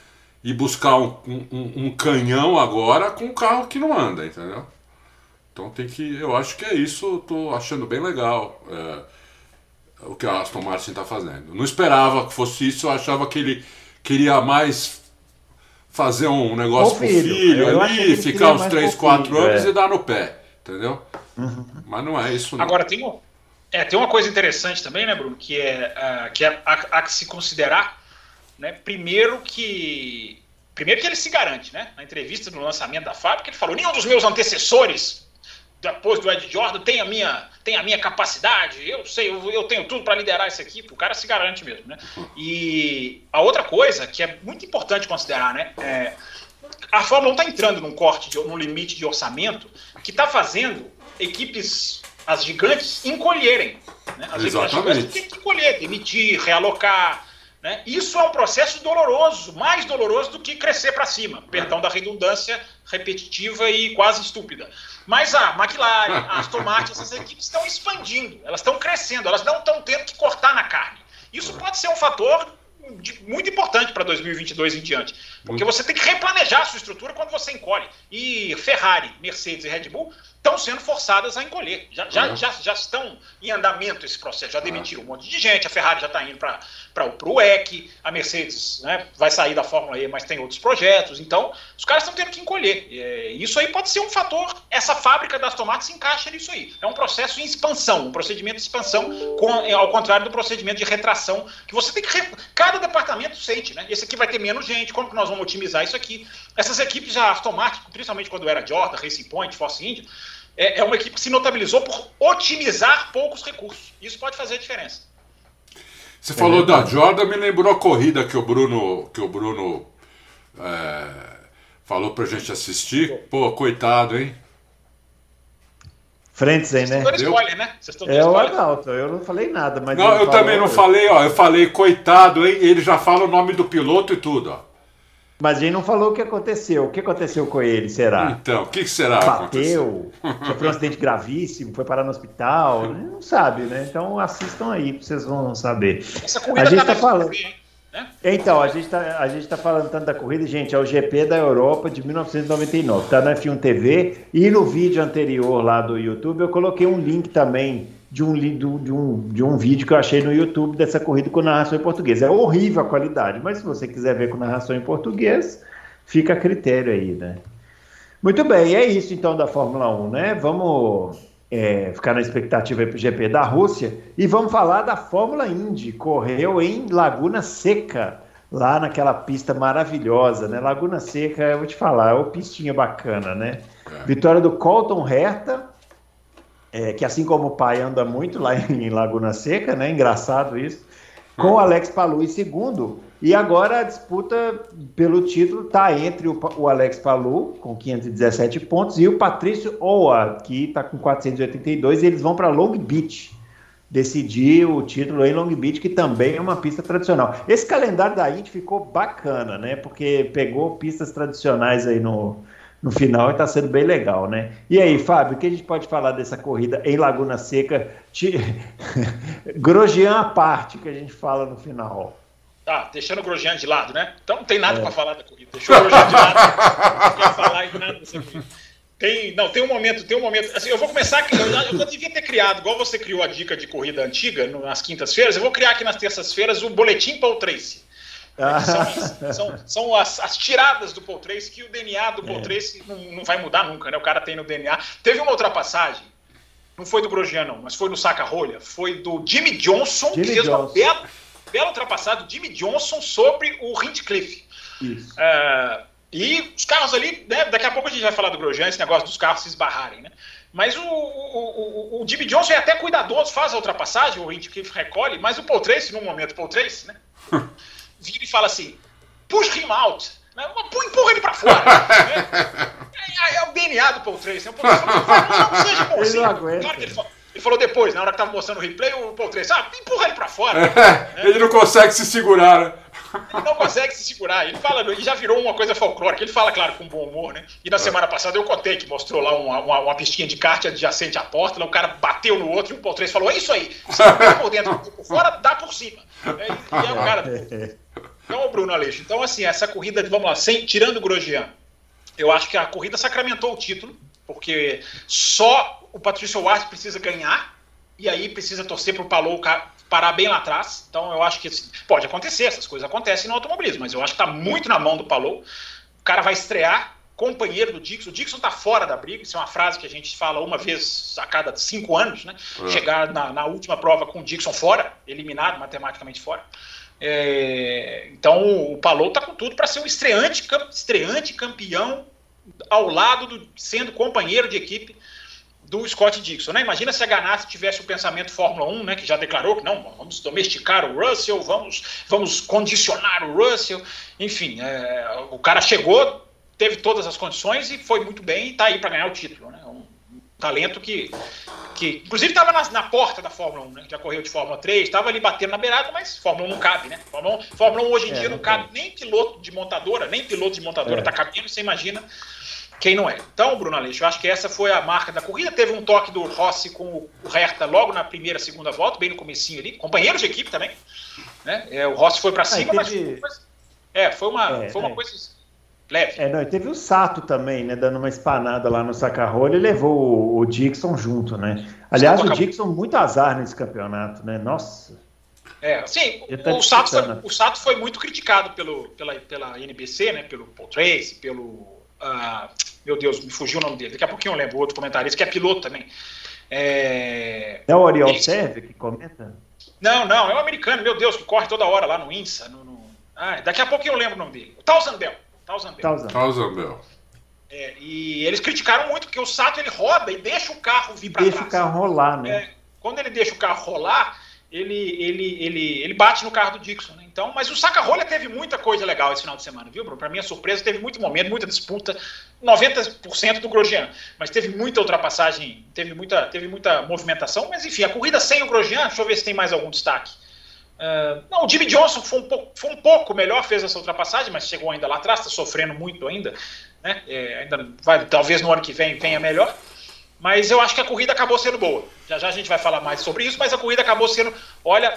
ir buscar um canhão agora com um carro que não anda, entendeu? Então eu acho que é isso, eu tô achando bem legal o que a Aston Martin está fazendo. Não esperava que fosse isso, eu achava que ele queria mais fazer um negócio com o filho ali, ficar uns 3, 4 anos e dar no pé, entendeu? Mas não é isso não. Agora tem uma coisa interessante também, né, Bruno, que é a se considerar, né, primeiro que ele se garante, né, na entrevista no lançamento da fábrica, ele falou: nenhum dos meus antecessores depois do Ed Jordan tem a minha capacidade, eu tenho tudo para liderar essa equipe. O cara se garante mesmo, né? E a outra coisa que é muito importante considerar, né, a Fórmula 1 está entrando num limite de orçamento que está fazendo equipes, as gigantes, encolherem, né? As gigantes têm que encolher, demitir, realocar, né? Isso é um processo doloroso, mais doloroso do que crescer para cima, perdão da redundância repetitiva e quase estúpida. Mas a McLaren, a Aston Martin, essas equipes estão expandindo, elas estão crescendo, elas não estão tendo que cortar na carne. Isso pode ser um fator muito importante para 2022 em diante, porque você tem que replanejar a sua estrutura quando você encolhe. E Ferrari, Mercedes e Red Bull estão sendo forçadas a encolher. Já estão em andamento esse processo, já demitiram um monte de gente, a Ferrari já está indo para o WEC, a Mercedes, né, vai sair da Fórmula E, mas tem outros projetos, então os caras estão tendo que encolher. Isso aí pode ser um fator, essa fábrica da Aston Martin se encaixa nisso aí. É um processo em expansão, um procedimento de expansão, ao contrário do procedimento de retração, que você tem que... Cada departamento sente, né? Esse aqui vai ter menos gente, como que nós vamos otimizar isso aqui? Essas equipes, a Aston Martin, principalmente quando era Jordan, Racing Point, Force India, é uma equipe que se notabilizou por otimizar poucos recursos. Isso pode fazer a diferença. Você falou da Jordan, me lembrou a corrida que o Bruno falou pra gente assistir. Pô, coitado, hein? Frentzen, né? Vocês estão spoiler, né? O Adalto, eu não falei nada. Mas não, eu também não falei, ó. Eu falei, coitado, hein? Ele já fala o nome do piloto e tudo, ó. Mas a gente não falou o que aconteceu. O que aconteceu com ele, será? Então, o que será? Bateu, sofreu um acidente gravíssimo, foi parar no hospital. Não sabe, né? Então assistam aí, vocês vão saber. Essa corrida a gente tá falando. Né? Então, a gente tá falando tanto da corrida, gente, é o GP da Europa de 1999, tá na F1 TV, e no vídeo anterior lá do YouTube eu coloquei um link também de um vídeo que eu achei no YouTube dessa corrida com narração em português. É horrível a qualidade, mas se você quiser ver com narração em português, fica a critério aí, né? Muito bem, é isso então da Fórmula 1, né? Vamos ficar na expectativa aí pro GP da Rússia e vamos falar da Fórmula Indy. Correu em Laguna Seca, lá naquela pista maravilhosa, né? Laguna Seca, eu vou te falar, é uma pistinha bacana, né? Vitória do Colton Herta, que assim como o pai anda muito lá em Laguna Seca, né? Engraçado isso. Com o Alex Palou em segundo. E agora a disputa pelo título está entre o Alex Palou, com 517 pontos, e o Patrício Oa, que está com 482, e eles vão para Long Beach decidir o título em Long Beach, que também é uma pista tradicional. Esse calendário da Indy ficou bacana, né? Porque pegou pistas tradicionais aí no final e está sendo bem legal, né? E aí, Fábio, o que a gente pode falar dessa corrida em Laguna Seca? Grosjean à parte, que a gente fala no final. Tá, deixando o Grosjean de lado, né? Então não tem nada para falar da corrida. Deixou o Grosjean de lado, não quer falar em nada dessa corrida. Tem um momento. Assim, eu vou começar. Eu devia ter criado, igual você criou a dica de corrida antiga nas quintas-feiras, eu vou criar aqui nas terças-feiras o boletim Paul Tracy. São as tiradas do Paul Tracy, que o DNA do Paul Tracy não vai mudar nunca, né? O cara tem no DNA. Teve uma ultrapassagem, não foi do Grosjean, não, mas foi no saca-rolha, foi do Jimmy Johnson, que fez uma bela ultrapassagem do Jimmy Johnson sobre o Hinchcliffe. Isso. E os carros ali, né, daqui a pouco a gente vai falar do Grosjean, esse negócio dos carros se esbarrarem, né? Mas o Jimmy Johnson é até cuidadoso, faz a ultrapassagem, o Hinchcliffe recolhe, mas o Paul Tracy, no momento, Paul Tracy, né, vira e fala assim, push him out, né? Empurra ele pra fora. Né? É o DNA do Paul Tracy. O Paul Tracy falou, não seja bonzinho. Claro que ele falou depois, na hora que tava mostrando o replay, o Paul Tracy, empurra ele pra fora. Né? Ele não consegue se segurar, né? Ele não consegue se segurar. Ele fala, e já virou uma coisa folclórica. Ele fala, claro, com bom humor, né? E na semana passada eu contei que mostrou lá uma pistinha de kart adjacente à porta, lá o cara bateu no outro e o Paul Tracy falou, é isso aí. Se não der por dentro e por fora, dá por cima. E é o cara... Então, Bruno Aleixo, então assim, essa corrida, vamos lá, tirando o Grosjean, eu acho que a corrida sacramentou o título, porque só o Patricio Ward precisa ganhar, e aí precisa torcer para o Palou parar bem lá atrás. Então eu acho que assim, pode acontecer, essas coisas acontecem no automobilismo, mas eu acho que está muito na mão do Palou. O cara vai estrear, companheiro do Dixon. O Dixon está fora da briga, isso é uma frase que a gente fala uma vez a cada 5 anos, né? Chegar na última prova com o Dixon fora, eliminado matematicamente fora. Então o Palou está com tudo para ser um estreante campeão ao lado sendo companheiro de equipe do Scott Dixon, né? Imagina se a Ganassi tivesse o pensamento Fórmula 1, né, que já declarou que não, vamos domesticar o Russell, vamos condicionar o Russell, enfim, o cara chegou, teve todas as condições e foi muito bem e está aí para ganhar o título, né? Um talento que inclusive estava na porta da Fórmula 1, né? Já correu de Fórmula 3, estava ali batendo na beirada, mas Fórmula 1 não cabe, né? Fórmula 1 hoje em dia não cabe nem piloto de montadora está cabendo, você imagina quem não é. Então, Bruno Aleixo, eu acho que essa foi a marca da corrida. Teve um toque do Rossi com o Herta logo na primeira, segunda volta, bem no comecinho ali. Companheiros de equipe também. Né? O Rossi foi para cima, mas foi uma coisa leve. E teve o Sato também, né, dando uma espanada lá no saca-rolha e levou o Dixon junto, né? Aliás, o Dixon muito azar nesse campeonato, né? Nossa. Sim, o Sato foi muito criticado pela NBC, né? Pelo Paul Tracy, pelo... meu Deus, me fugiu o nome dele. Daqui a pouquinho eu lembro, outro comentarista, que é piloto também. É o Oriol Serve que comenta? Não, é um americano, meu Deus, que corre toda hora lá no INSA. Daqui a pouquinho eu lembro o nome dele. O Tarzan Bell. E eles criticaram muito, porque o Sato ele roda e deixa o carro vir para trás. Deixa o carro rolar, né? Quando ele deixa o carro rolar, ele bate no carro do Dixon, né? Então, mas o saca-rolha teve muita coisa legal esse final de semana, viu, Bruno? Para minha surpresa, teve muito momento, muita disputa, 90% do Grosjean, mas teve muita ultrapassagem, teve muita movimentação, mas enfim, a corrida sem o Grosjean, deixa eu ver se tem mais algum destaque. O Jimmy Johnson foi um pouco melhor, fez essa ultrapassagem, mas chegou ainda lá atrás, está sofrendo muito ainda, né? Talvez no ano que vem venha melhor. Mas eu acho que a corrida acabou sendo boa. Já a gente vai falar mais sobre isso, mas a corrida acabou sendo... Olha,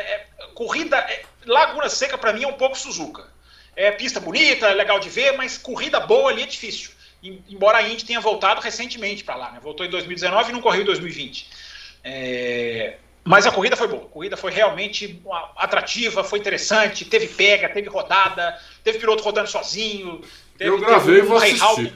Laguna Seca para mim é um pouco Suzuka. É pista bonita, é legal de ver, mas corrida boa ali é difícil. Embora a Indy tenha voltado recentemente para lá, né? Voltou em 2019 e não correu em 2020. Mas a corrida foi boa. A corrida foi realmente atrativa, foi interessante, teve pega, teve rodada, teve piloto rodando sozinho. Eu gravei e vou assistir.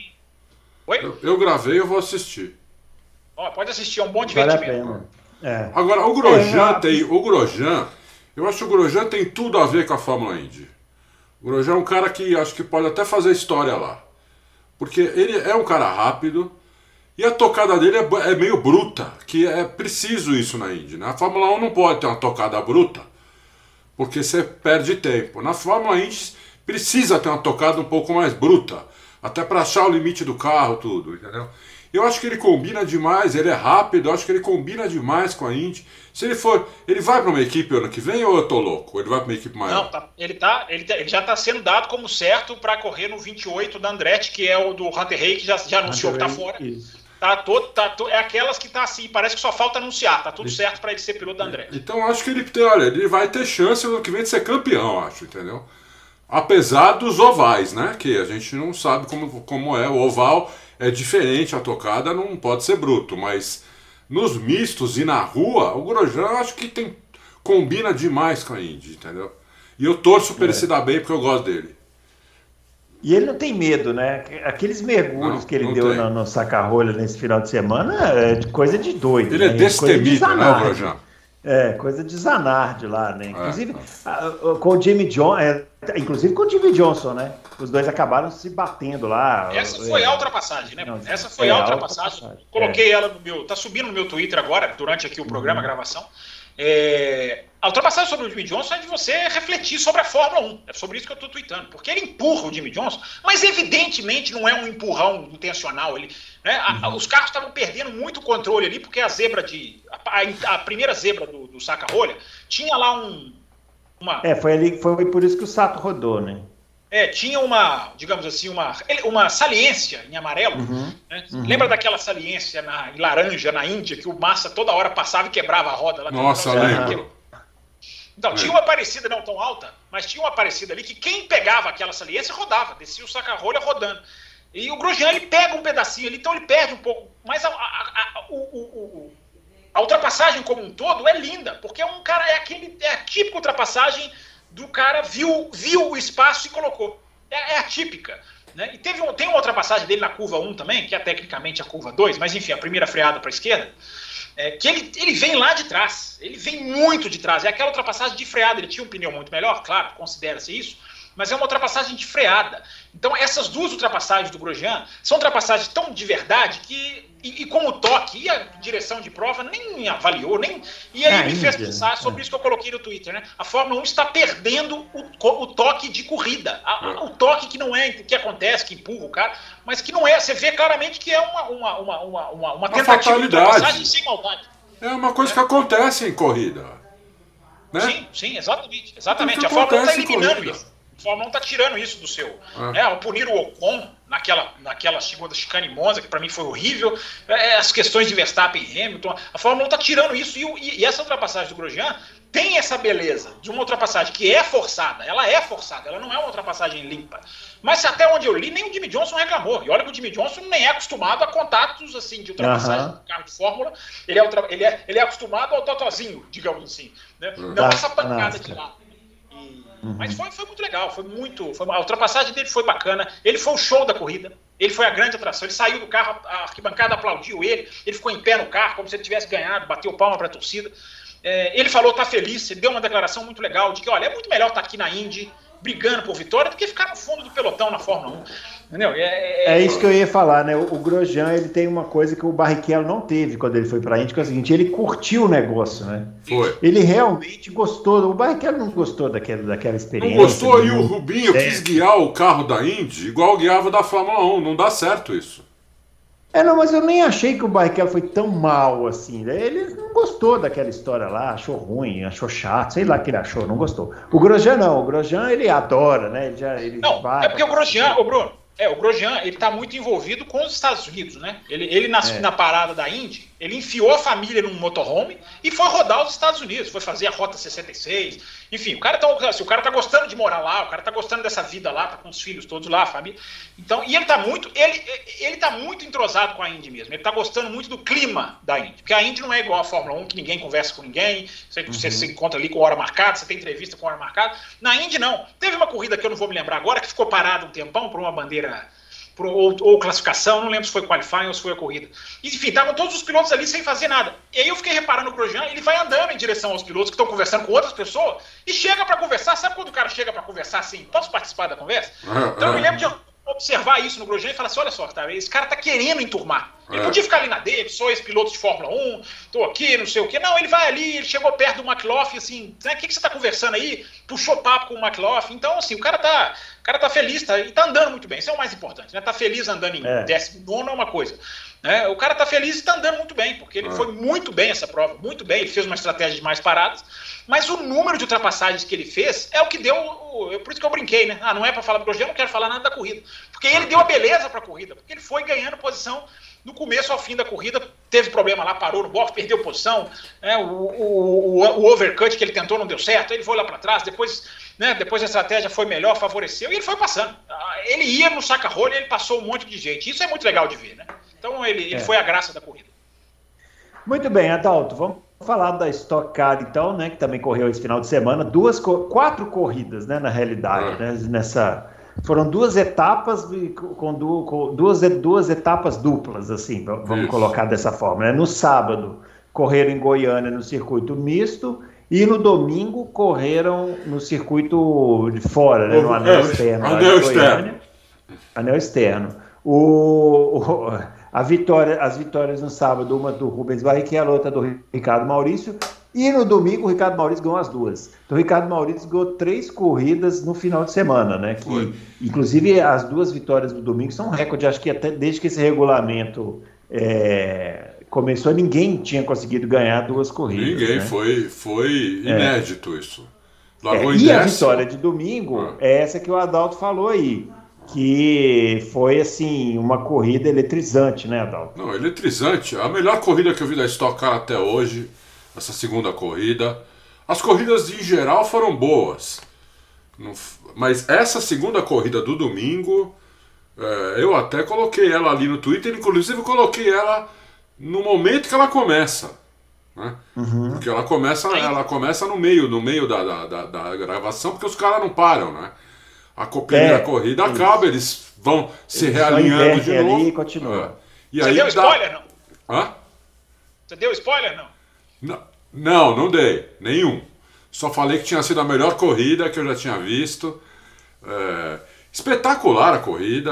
Oi? Eu gravei e eu vou assistir. Pode assistir, é um bom divertimento. Agora, o Grosjean eu acho que o Grosjean tem tudo a ver com a Fórmula Indy. O Grosjean é um cara que acho que pode até fazer história lá. Porque ele é um cara rápido e a tocada dele é meio bruta, que é preciso isso na Indy, né? A Fórmula 1 não pode ter uma tocada bruta, porque você perde tempo. Na Fórmula Indy precisa ter uma tocada um pouco mais bruta, até para achar o limite do carro, tudo, entendeu? Eu acho que ele combina demais, ele é rápido, eu acho que ele combina demais com a Indy. Se ele vai para uma equipe ano que vem ou eu tô louco? Ele vai para uma equipe maior? Não, ele já está sendo dado como certo para correr no 28 da Andretti, que é o do Hunter Hay, que já anunciou que está fora. Isso. É aquelas que tá assim, parece que só falta anunciar, tá tudo certo para ele ser piloto da Andretti. Então eu acho que ele vai ter chance ano que vem de ser campeão, acho, entendeu? Apesar dos ovais, né? Que a gente não sabe como é. O oval é diferente, a tocada não pode ser bruto. Mas nos mistos e na rua, o Grosjean eu acho que combina demais com a Indy, entendeu? E eu torço para ele se dar bem porque eu gosto dele. E ele não tem medo, né? Aqueles mergulhos que ele deu no saca-rolha nesse final de semana é coisa de doido. Ele é destemido, né, o Grosjean? Coisa de Zanardi lá, né? Inclusive, com o Jimmy Johnson, inclusive com o Jimmy Johnson, né? Os dois acabaram se batendo lá. Essa foi a ultrapassagem, né? Essa foi a ultrapassagem. Coloquei ela no meu... Tá subindo no meu Twitter agora, durante aqui o programa, a gravação. A ultrapassagem sobre o Jimmy Johnson é de você refletir sobre a Fórmula 1. É sobre isso que eu estou tweetando. Porque ele empurra o Jimmy Johnson, mas evidentemente não é um empurrão intencional. Os carros estavam perdendo muito controle ali, porque a primeira zebra do saca-rolha tinha lá uma... Foi por isso que o Sato rodou, né? Tinha digamos assim, uma saliência em amarelo. Né? Lembra daquela saliência em laranja na Índia, que o Massa toda hora passava e quebrava a roda lá? Nossa, lembro. Então, tinha uma parecida, não tão alta, mas tinha uma parecida ali que quem pegava aquela saliência rodava, descia o saca-rolha rodando. E o Grosjean, ele pega um pedacinho ali, então ele perde um pouco. Mas a ultrapassagem como um todo é linda, porque um cara é a típica ultrapassagem do cara viu o espaço e colocou. É a típica. Né? E tem uma ultrapassagem dele na curva 1 também, que é tecnicamente a curva 2, mas enfim, a primeira freada para a esquerda, que ele vem lá de trás, ele vem muito de trás, é aquela ultrapassagem de freada, ele tinha um pneu muito melhor, claro, considera-se isso, mas é uma ultrapassagem de freada. Então essas duas ultrapassagens do Grosjean são ultrapassagens tão de verdade que, e com o toque e a direção de prova nem avaliou, e aí me fez pensar sobre isso que eu coloquei no Twitter, né? A Fórmula 1 está perdendo o toque de corrida, o toque que não é, que acontece, que empurra o cara, mas que não é, você vê claramente que é uma tentativa de ultrapassagem sem maldade. É uma coisa que acontece em corrida. Né? Sim, exatamente. A Fórmula 1 está eliminando isso. A Fórmula 1 está tirando isso do seu. Ao punir o Ocon naquela segunda chicane Monza, que para mim foi horrível, as questões de Verstappen e Hamilton, a Fórmula 1 está tirando isso. E essa ultrapassagem do Grosjean tem essa beleza de uma ultrapassagem que é forçada. Ela é forçada, ela não é uma ultrapassagem limpa. Mas até onde eu li, nem o Jimmy Johnson reclamou. E olha que o Jimmy Johnson nem é acostumado a contatos assim, de ultrapassagem do carro de Fórmula. Ele é acostumado ao totozinho, digamos assim. Né? Não essa pancada de lado. Mas foi muito legal, a ultrapassagem dele foi bacana, ele foi o show da corrida, ele foi a grande atração, ele saiu do carro, a arquibancada aplaudiu ele ficou em pé no carro, como se ele tivesse ganhado, bateu palma para a torcida, ele falou, tá feliz, ele deu uma declaração muito legal, de que, olha, é muito melhor estar aqui na Indy, brigando por vitória, do que ficar no fundo do pelotão na Fórmula 1, entendeu? É isso que eu ia falar, né? O Grosjean, ele tem uma coisa que o Barrichello não teve quando ele foi pra Indy, que é o seguinte, ele curtiu o negócio, né? Foi. Ele realmente gostou, o Barrichello não gostou daquela experiência. Não gostou, e o Rubinho quis guiar o carro da Indy igual guiava da Fórmula 1, não dá certo isso. Não, mas eu nem achei que o Barrichello foi tão mal assim, né? Ele não gostou daquela história lá, achou ruim, achou chato, sei lá o que ele achou, não gostou. O Grosjean não, o Grosjean ele adora, né? Ele é porque o Grosjean, Bruno, o Grosjean, ele tá muito envolvido com os Estados Unidos, né? Ele na parada da Indy, ele enfiou a família num motorhome e foi rodar os Estados Unidos, foi fazer a Rota 66, enfim, o cara tá gostando de morar lá, o cara tá gostando dessa vida lá, tá com os filhos todos lá, a família. Então, e ele tá muito entrosado com a Indy mesmo, ele tá gostando muito do clima da Indy, porque a Indy não é igual a Fórmula 1, que ninguém conversa com ninguém, você se encontra ali com hora marcada, você tem entrevista com hora marcada. Na Indy não. Teve uma corrida que eu não vou me lembrar agora, que ficou parada um tempão por uma bandeira ou classificação, não lembro se foi qualifying ou se foi a corrida. Enfim, estavam todos os pilotos ali sem fazer nada. E aí eu fiquei reparando o Grosjean, ele vai andando em direção aos pilotos que estão conversando com outras pessoas e chega para conversar. Sabe quando o cara chega para conversar assim, posso participar da conversa? Então eu me lembro de observar isso no Grosjean e falar assim, olha só, tá, esse cara tá querendo enturmar. Ele podia ficar ali na dele, sou esse piloto de Fórmula 1, tô aqui, não sei o quê. Não, ele vai ali, ele chegou perto do McLaughlin, assim, né, o que você tá conversando aí? Puxou papo com o McLaughlin. Então, assim, o cara tá feliz, e tá andando muito bem. Isso é o mais importante, né? Tá feliz andando em 19º é uma coisa. Né? O cara tá feliz e tá andando muito bem, porque ele foi muito bem essa prova, muito bem, ele fez uma estratégia de mais paradas, mas o número de ultrapassagens que ele fez é o que deu, por isso que eu brinquei, né? Não é para falar do Grosjean, eu não quero falar nada da corrida, porque ele deu a beleza pra corrida, porque ele foi ganhando posição do começo ao fim da corrida, teve problema lá, parou no box, perdeu posição, né? O overcut que ele tentou não deu certo, ele foi lá para trás, depois a estratégia foi melhor, favoreceu, e ele foi passando. Ele ia no saca-rolha e ele passou um monte de gente. Isso é muito legal de ver, né? Então ele foi a graça da corrida. Muito bem, Adalto, vamos falar da Stock Car então, né, que também correu esse final de semana, 4 corridas, né, na realidade, né, foram 2 etapas com duas etapas duplas, assim, vamos colocar dessa forma, né? No sábado correram em Goiânia no circuito misto e no domingo correram no circuito de fora, né, no anel externo. Anel externo. As vitórias no sábado, uma do Rubens Barrichello, outra do Ricardo Maurício, e no domingo o Ricardo Maurício ganhou as 2. Então o Ricardo Maurício ganhou 3 corridas no final de semana, né? Que, inclusive, as 2 vitórias do domingo são recorde. Acho que até desde que esse regulamento começou, ninguém tinha conseguido ganhar 2 corridas. Ninguém, né? Foi inédito isso. E a vitória de domingo é essa que o Adalto falou aí, que foi, assim, uma corrida eletrizante, né, Adalto? Não, eletrizante. A melhor corrida que eu vi da Stock Car até hoje, essa segunda corrida. As corridas em geral foram boas. Mas essa segunda corrida do domingo, eu até coloquei ela ali no Twitter, inclusive coloquei ela no momento que ela começa. Né? Porque ela começa no meio da gravação, porque os caras não param, né? A primeira corrida acaba, eles vão se realinhando de novo. Ali e continua. E Você aí deu spoiler, não? Hã? Você deu spoiler, não? Não dei, nenhum. Só falei que tinha sido a melhor corrida que eu já tinha visto. Espetacular a corrida.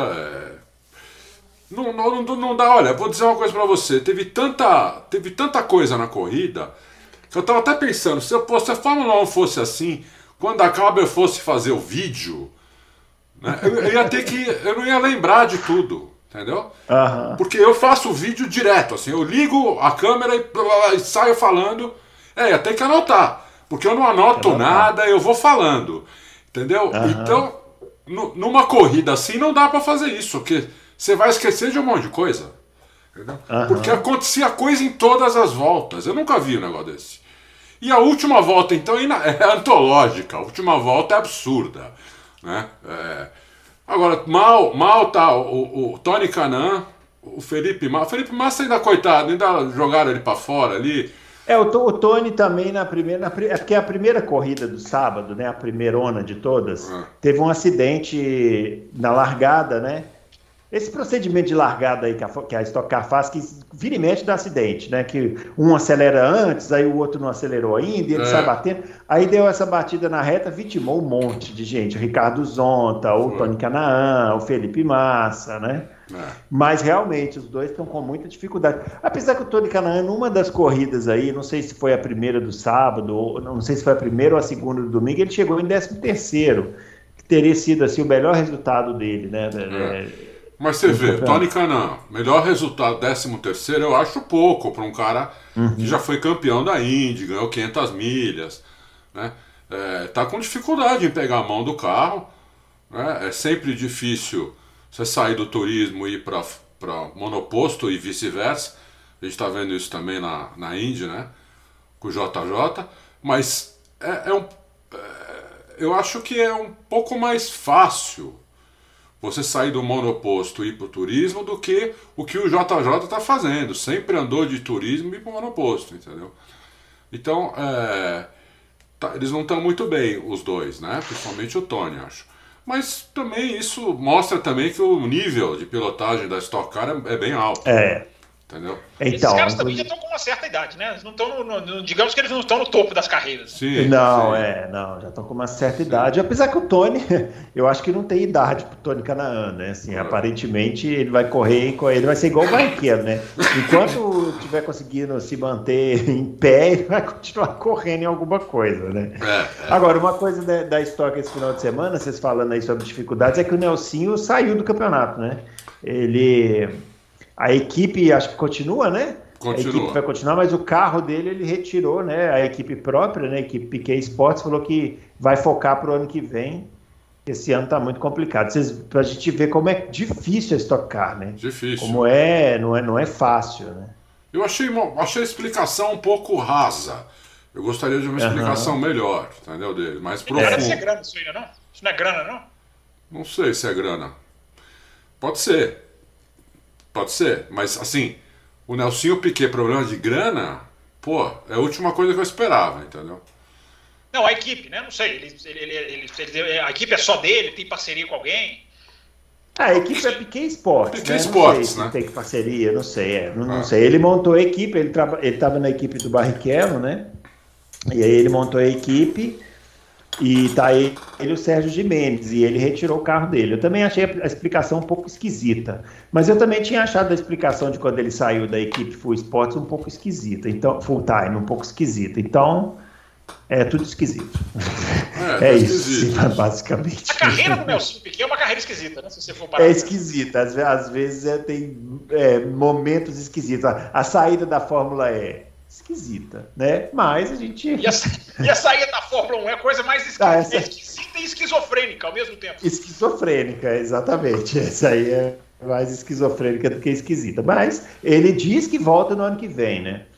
Não dá, olha, vou dizer uma coisa pra você. Teve tanta coisa na corrida que eu tava até pensando, se a Fórmula 1 fosse assim, quando acaba eu fosse fazer o vídeo, né, eu não ia lembrar de tudo, entendeu? Porque eu faço o vídeo direto, assim, eu ligo a câmera e saio falando, ia ter que anotar, porque eu não anoto nada, eu vou falando, entendeu? Então, numa corrida assim não dá pra fazer isso, porque você vai esquecer de um monte de coisa, entendeu? Porque acontecia coisa em todas as voltas, eu nunca vi um negócio desse. E a última volta, então, é antológica. A última volta é absurda. Né? Agora, mal tá o Tony Kanaan, o Felipe Massa. O Felipe Massa ainda, coitado, ainda jogaram ele para fora ali. O Tony também na primeira... porque a primeira corrida do sábado, né, a primeirona de todas, teve um acidente na largada, né? Esse procedimento de largada aí que a Stock Car faz, que vira e mexe dá acidente, né? Que um acelera antes, aí o outro não acelerou ainda, e ele sai batendo. Aí deu essa batida na reta, vitimou um monte de gente. O Ricardo Zonta, o Tony Kanaan, o Felipe Massa, né? Mas realmente os dois estão com muita dificuldade. Apesar que o Tony Kanaan, numa das corridas aí, não sei se foi a primeira do sábado, ou não sei se foi a primeira ou a segunda do domingo, ele chegou em 13º, que teria sido assim, o melhor resultado dele, né? Mas você vê, Tony Kanaan, melhor resultado, 13º, eu acho pouco para um cara que já foi campeão da Indy, ganhou 500 milhas, né? Tá com dificuldade em pegar a mão do carro, né? É sempre difícil você sair do turismo e ir para monoposto e vice-versa. A gente está vendo isso também na Indy, né? Com o JJ, mas eu acho que é um pouco mais fácil você sair do monoposto e ir para o turismo do que o JJ está fazendo. Sempre andou de turismo e ir para o monoposto, entendeu? Então, eles não estão muito bem, os dois, né? Principalmente o Tony, acho. Mas também isso mostra também que o nível de pilotagem da Stock Car é bem alto. Entendeu? Então, esses caras também já estão com uma certa idade, né? Eles não estão digamos que eles não estão no topo das carreiras. Sim, não, já estão com uma certa idade. Apesar que o Tony, eu acho que não tem idade pro Tony Kanaan, né? Assim, aparentemente ele vai correr, ele vai ser igual o Barrichello, né? Enquanto estiver conseguindo se manter em pé, ele vai continuar correndo em alguma coisa, né? Agora, uma coisa da Stock esse final de semana, vocês falando aí sobre dificuldades, é que o Nelsinho saiu do campeonato, né? A equipe acho que continua, né? Continua. A equipe vai continuar, mas o carro dele ele retirou, né? A equipe própria, né? A equipe Piquet Sports falou que vai focar para o ano que vem. Esse ano tá muito complicado. Pra gente ver como é difícil a Stock Car, né? Difícil. Como não é fácil, né? Eu achei a explicação um pouco rasa. Eu gostaria de uma explicação melhor, entendeu? Dele, mais profunda. Não deve ser grana isso ainda, não? Isso não é grana, não? Não sei se é grana. Pode ser, mas assim, o Nelsinho Piquet, problema de grana, é a última coisa que eu esperava, entendeu? Não, a equipe, né? Não sei, a equipe é só dele, tem parceria com alguém? A equipe é Piquet Sports, Piquet né? Sports, não sei se né? tem parceria, não sei, não sei. Ele montou a equipe, ele estava na equipe do Barrichello, né? E aí ele montou a equipe e tá ele o Sérgio Gimenez, e ele retirou o carro dele. Eu também achei a explicação um pouco esquisita, mas eu também tinha achado a explicação de quando ele saiu da equipe Full Sports um pouco esquisita, então Full Time um pouco esquisita, então é tudo esquisito. É isso, basicamente. A carreira do Nelson Piquet é uma carreira esquisita, né? Se você for parar. É esquisita, às vezes tem momentos esquisitos. A saída da Fórmula E esquisita, né? Mas a gente... E a saída da Fórmula 1 é a coisa mais esquisita e esquizofrênica ao mesmo tempo. Esquizofrênica, exatamente. Essa aí é mais esquizofrênica do que esquisita. Mas ele diz que volta no ano que vem, né?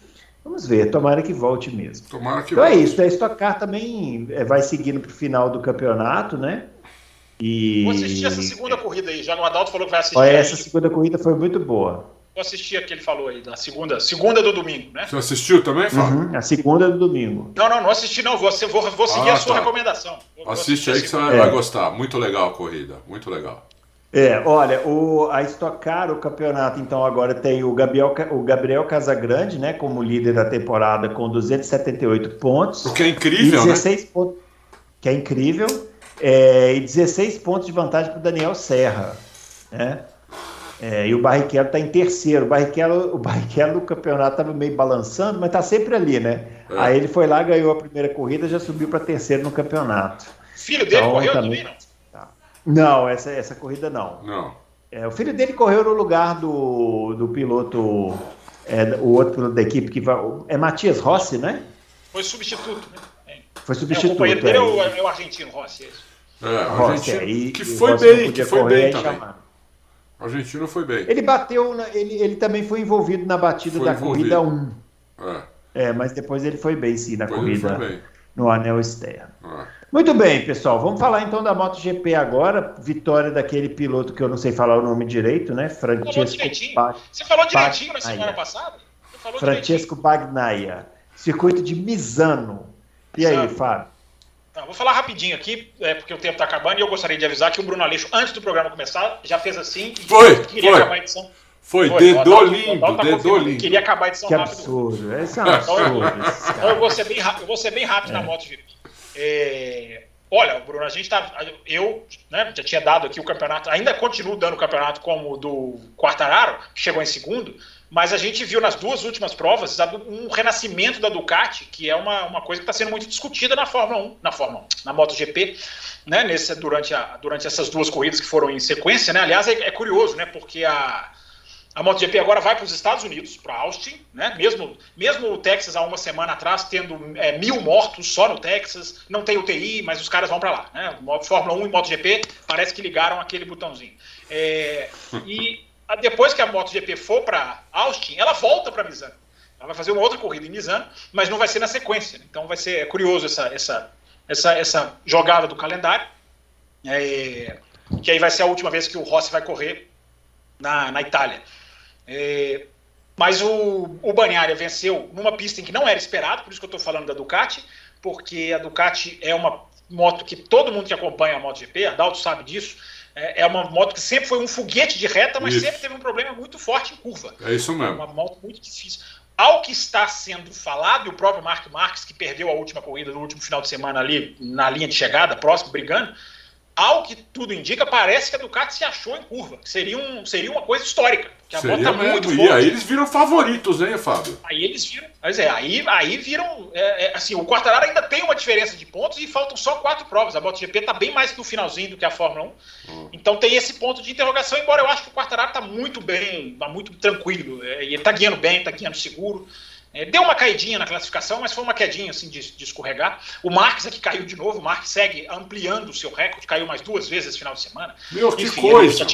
Vamos ver, tomara que volte mesmo. Tomara que então volte. É isso, a Stock Car também vai seguindo para o final do campeonato, né? Vou assistir essa segunda corrida aí, já o Adalto falou que vai assistir. Essa segunda corrida foi muito boa. Vou assistir a que ele falou aí, da segunda do domingo, né? Você assistiu também, Fábio? A segunda do domingo. Não assisti não, vou seguir a sua recomendação. Assiste aí que você vai gostar, muito legal a corrida, muito legal. Olha, a Stock Car, o campeonato, então agora tem o Gabriel Casagrande, né, como líder da temporada com 278 pontos. O que é incrível, e 16 pontos, que é incrível, e 16 pontos de vantagem para o Daniel Serra, né? E o Barrichello está em terceiro. O Barrichello no campeonato estava meio balançando, mas está sempre ali, né? Aí ele foi lá, ganhou a primeira corrida, já subiu para terceiro no campeonato. Filho dele correu também, não? Não, essa corrida não. O filho dele correu no lugar do piloto, o outro piloto da equipe, que é Matias Rossi, né? Foi substituto, né? Foi substituto. O companheiro dele é o argentino, Rossi. Rossi, que foi bem também. O argentino foi bem. Ele bateu, ele também foi envolvido na batida corrida 1. Mas depois ele foi bem, sim, na corrida no anel externo. Muito bem, pessoal. Vamos falar então da MotoGP agora. Vitória daquele piloto que eu não sei falar o nome direito, né? Você falou direitinho na semana passada? Francesco Bagnaia. Circuito de Misano. E aí, Fábio? Vou falar rapidinho aqui, porque o tempo está acabando, e eu gostaria de avisar que o Bruno Aleixo, antes do programa começar, já fez assim e queria acabar a edição. Dedou limpo. Queria acabar a edição rápido. Absurdo. Esse é um absurdo. Então eu vou ser bem rápido na MotoGP. Olha, Bruno, eu já tinha dado aqui o campeonato, ainda continuo dando o campeonato como o do Quartararo, que chegou em segundo, mas a gente viu nas duas últimas provas um renascimento da Ducati, que é uma coisa que está sendo muito discutida na MotoGP, né, durante essas duas corridas que foram em sequência, né? Aliás, é curioso, né, porque a MotoGP agora vai para os Estados Unidos, para Austin, né? Mesmo o Texas há uma semana atrás tendo 1.000 mortos só no Texas, não tem UTI, mas os caras vão para lá, né? Fórmula 1 e MotoGP parece que ligaram aquele botãozinho. E depois que a MotoGP for para Austin, ela volta para Misano. Ela vai fazer uma outra corrida em Misano, mas não vai ser na sequência. Então é curioso essa jogada do calendário, que aí vai ser a última vez que o Rossi vai correr na Itália. Mas o Bagnaia venceu numa pista em que não era esperado, por isso que eu estou falando da Ducati, porque a Ducati é uma moto que todo mundo que acompanha a MotoGP, a Adalto sabe disso, é uma moto que sempre foi um foguete de reta, mas sempre teve um problema muito forte em curva. É isso mesmo. É uma moto muito difícil. Ao que está sendo falado, e o próprio Marc Marques, que perdeu a última corrida no último final de semana ali, na linha de chegada, próximo, brigando, ao que tudo indica, parece que a Ducati se achou em curva. Seria uma coisa histórica. Que a moto tá muito forte. E aí eles viram favoritos, hein, Fábio? Aí eles viram. Aí viram. Assim, o Quartararo ainda tem uma diferença de pontos e faltam só 4 provas. A MotoGP está bem mais no finalzinho do que a Fórmula 1. Então tem esse ponto de interrogação, embora eu acho que o Quartararo está muito bem, está muito tranquilo. E ele está guiando bem, está guiando seguro. Deu uma caidinha na classificação, mas foi uma quedinha assim, de escorregar. O Marques aqui caiu de novo. O Marques segue ampliando o seu recorde, caiu mais 2 vezes esse final de semana. Que coisa!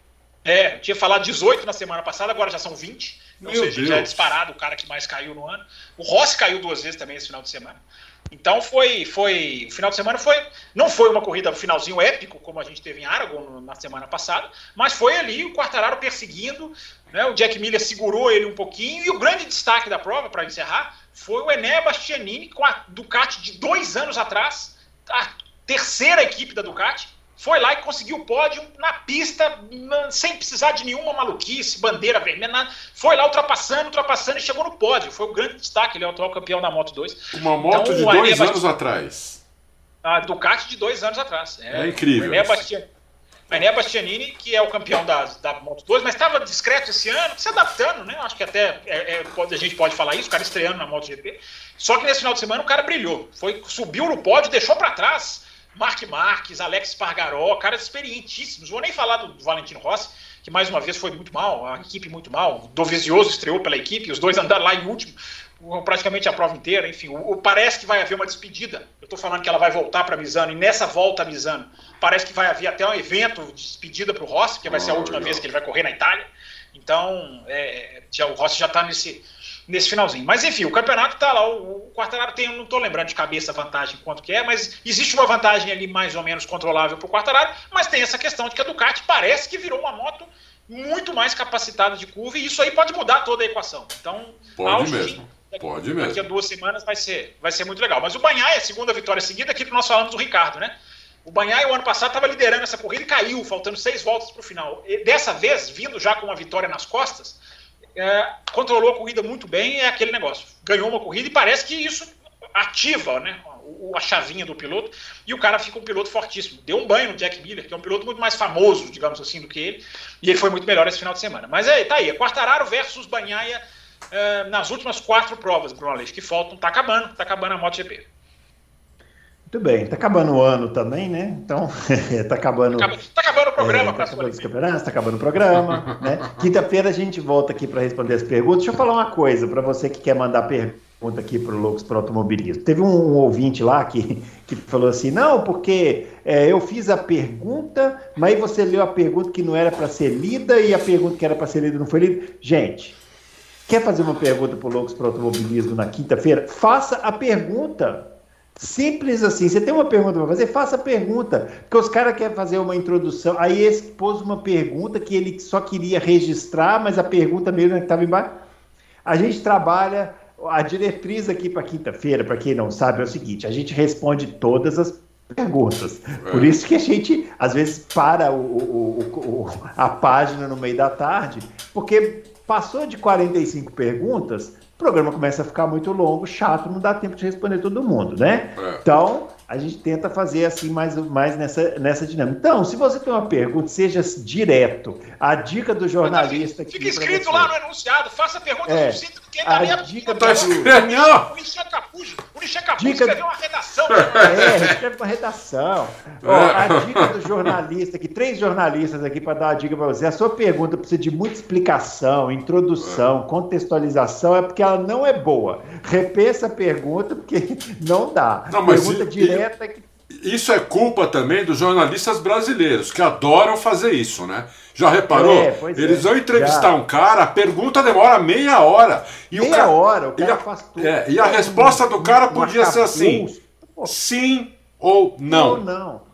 Tinha falado 18 na semana passada, agora já são 20. Ou seja, já é disparado o cara que mais caiu no ano. O Rossi caiu 2 vezes também esse final de semana. Então o final de semana não foi uma corrida finalzinho épico, como a gente teve em Aragon na semana passada, mas foi ali o Quartararo perseguindo, né, o Jack Miller segurou ele um pouquinho, e o grande destaque da prova, para encerrar, foi o Enea Bastianini com a Ducati de 2 anos atrás, a terceira equipe da Ducati, foi lá e conseguiu o pódio na pista, sem precisar de nenhuma maluquice, bandeira vermelha, nada. Foi lá ultrapassando e chegou no pódio. Foi o grande destaque, ele é o atual campeão da Moto 2. Uma moto de 2 anos atrás. A Ducati de 2 anos atrás. É incrível. O Enea Bastianini, que é o campeão da Moto 2, mas estava discreto esse ano, se adaptando, né? Acho que até a gente pode falar isso, o cara estreando na MotoGP. Só que nesse final de semana o cara brilhou. Subiu no pódio, deixou para trás Marc Marques, Alex Espargaró, caras experientíssimos. Vou nem falar do Valentino Rossi, que mais uma vez foi muito mal, a equipe muito mal. O Dovizioso estreou pela equipe, os dois andaram lá em último, praticamente a prova inteira. Enfim, parece que vai haver uma despedida. Eu estou falando que ela vai voltar para Misano, e nessa volta a Misano, parece que vai haver até um evento de despedida para o Rossi, porque vai ser a última vez que ele vai correr na Itália. Então, o Rossi já está nesse finalzinho. Mas enfim, o campeonato tá lá, o Quartararo tem, eu não estou lembrando de cabeça a vantagem quanto que é, mas existe uma vantagem ali mais ou menos controlável para o Quartararo, mas tem essa questão de que a Ducati parece que virou uma moto muito mais capacitada de curva, e isso aí pode mudar toda a equação. Então, pode mesmo. Daqui a 2 semanas vai ser muito legal. Mas o Bagnaia, a segunda vitória seguida, aqui que nós falamos do Ricardo, né? O Bagnaia, o ano passado, estava liderando essa corrida e caiu, faltando 6 voltas para o final. E dessa vez, vindo já com uma vitória nas costas, controlou a corrida muito bem, é aquele negócio. Ganhou uma corrida e parece que isso ativa, né, a chavinha do piloto, e o cara fica um piloto fortíssimo. Deu um banho no Jack Miller, que é um piloto muito mais famoso, digamos assim, do que ele, e ele foi muito melhor esse final de semana. Mas tá aí, Quartararo versus Bagnaia nas últimas 4 provas, Bruno Aleixo, que faltam, tá acabando a MotoGP. Muito bem, tá acabando o ano também, né? Então, tá acabando o programa. Tá acabando os campeonatos, tá acabando o programa, né? Quinta-feira a gente volta aqui para responder as perguntas. Deixa eu falar uma coisa para você que quer mandar pergunta aqui para o Loucos para Automobilismo. Teve um ouvinte lá que falou assim, não, porque eu fiz a pergunta, mas aí você leu a pergunta que não era para ser lida e a pergunta que era para ser lida não foi lida. Gente, quer fazer uma pergunta para o Loucos para Automobilismo na quinta-feira? Faça a pergunta. Simples assim, você tem uma pergunta para fazer, faça a pergunta, porque os caras querem fazer uma introdução, aí esse pôs uma pergunta que ele só queria registrar, mas a pergunta mesmo que estava embaixo. A gente trabalha, a diretriz aqui para quinta-feira, para quem não sabe, é o seguinte, a gente responde todas as perguntas, por isso que a gente às vezes para a página no meio da tarde, porque passou de 45 perguntas, o programa começa a ficar muito longo, chato, não dá tempo de responder todo mundo, né? Então, a gente tenta fazer assim mais nessa dinâmica. Então, se você tem uma pergunta, seja direto. A dica do jornalista aqui. Fica escrito lá no enunciado, faça a pergunta sucinta, porque a dica do... O Nishan Capujo escreveu uma redação. Escreve uma redação. A dica do jornalista aqui, 3 jornalistas aqui para dar uma dica para você. A sua pergunta precisa de muita explicação, introdução, contextualização, é porque ela não é boa. Repensa a pergunta, porque não dá. Não, mas pergunta direta. Isso é culpa também dos jornalistas brasileiros, que adoram fazer isso, né? Já reparou? Eles vão entrevistar um cara, a pergunta demora meia hora. E o cara faz tudo. E a resposta do cara podia ser assim, sim ou não. Ou não.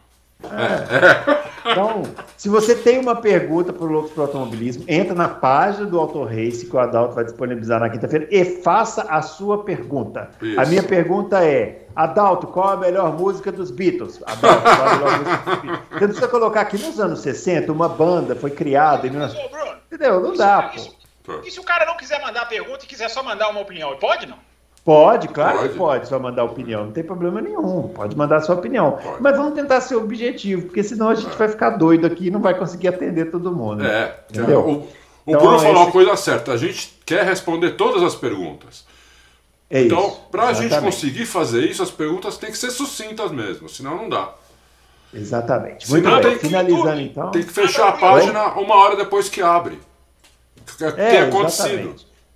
Então, se você tem uma pergunta para o Loucos para o Automobilismo, entra na página do Auto Race que o Adalto vai disponibilizar na quinta-feira e faça a sua pergunta. Isso. A minha pergunta é, Adalto, qual a melhor música dos Beatles? Adalto, qual a melhor música dos Beatles? Você precisa colocar aqui nos anos 60, uma banda foi criada em... Entendeu? Não dá, pô. E se o cara não quiser mandar a pergunta e quiser só mandar uma opinião, pode não? Pode, claro que pode só mandar opinião, não tem problema nenhum, pode mandar a sua opinião. Mas vamos tentar ser objetivo, porque senão a gente vai ficar doido aqui e não vai conseguir atender todo mundo. Entendeu? O Bruno falou a coisa certa, a gente quer responder todas as perguntas. Então, para a gente conseguir fazer isso, as perguntas têm que ser sucintas mesmo, senão não dá. Exatamente. Muito bem, finalizando então. Tem que fechar a página 1 hora depois que abre. Tem acontecido.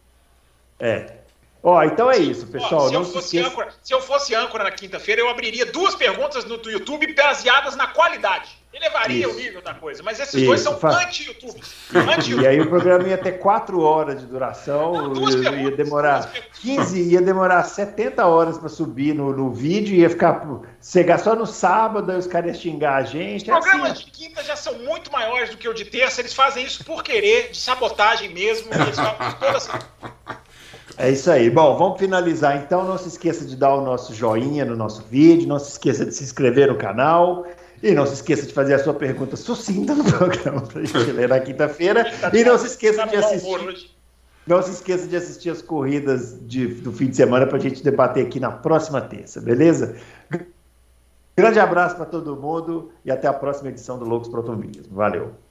Então é isso, pessoal. Se eu fosse âncora na quinta-feira, eu abriria 2 perguntas no YouTube baseadas na qualidade. Elevaria o nível da coisa, mas esses 2 são anti-YouTube. E aí o programa ia ter 4 horas de duração, ia demorar 15, ia demorar 70 horas para subir no vídeo, ia chegar só no sábado, aí os caras iam xingar a gente. Os programas de quinta já são muito maiores do que o de terça, eles fazem isso por querer, de sabotagem mesmo, eles fazem toda essa... É isso aí. Bom, vamos finalizar então. Não se esqueça de dar o nosso joinha no nosso vídeo, não se esqueça de se inscrever no canal e não se esqueça de fazer a sua pergunta sucinta no programa para a gente ler na quinta-feira. E não se esqueça de assistir. Não se esqueça de assistir as corridas do fim de semana para a gente debater aqui na próxima terça, beleza? Grande abraço para todo mundo e até a próxima edição do Loucos para o Automobilismo. Valeu!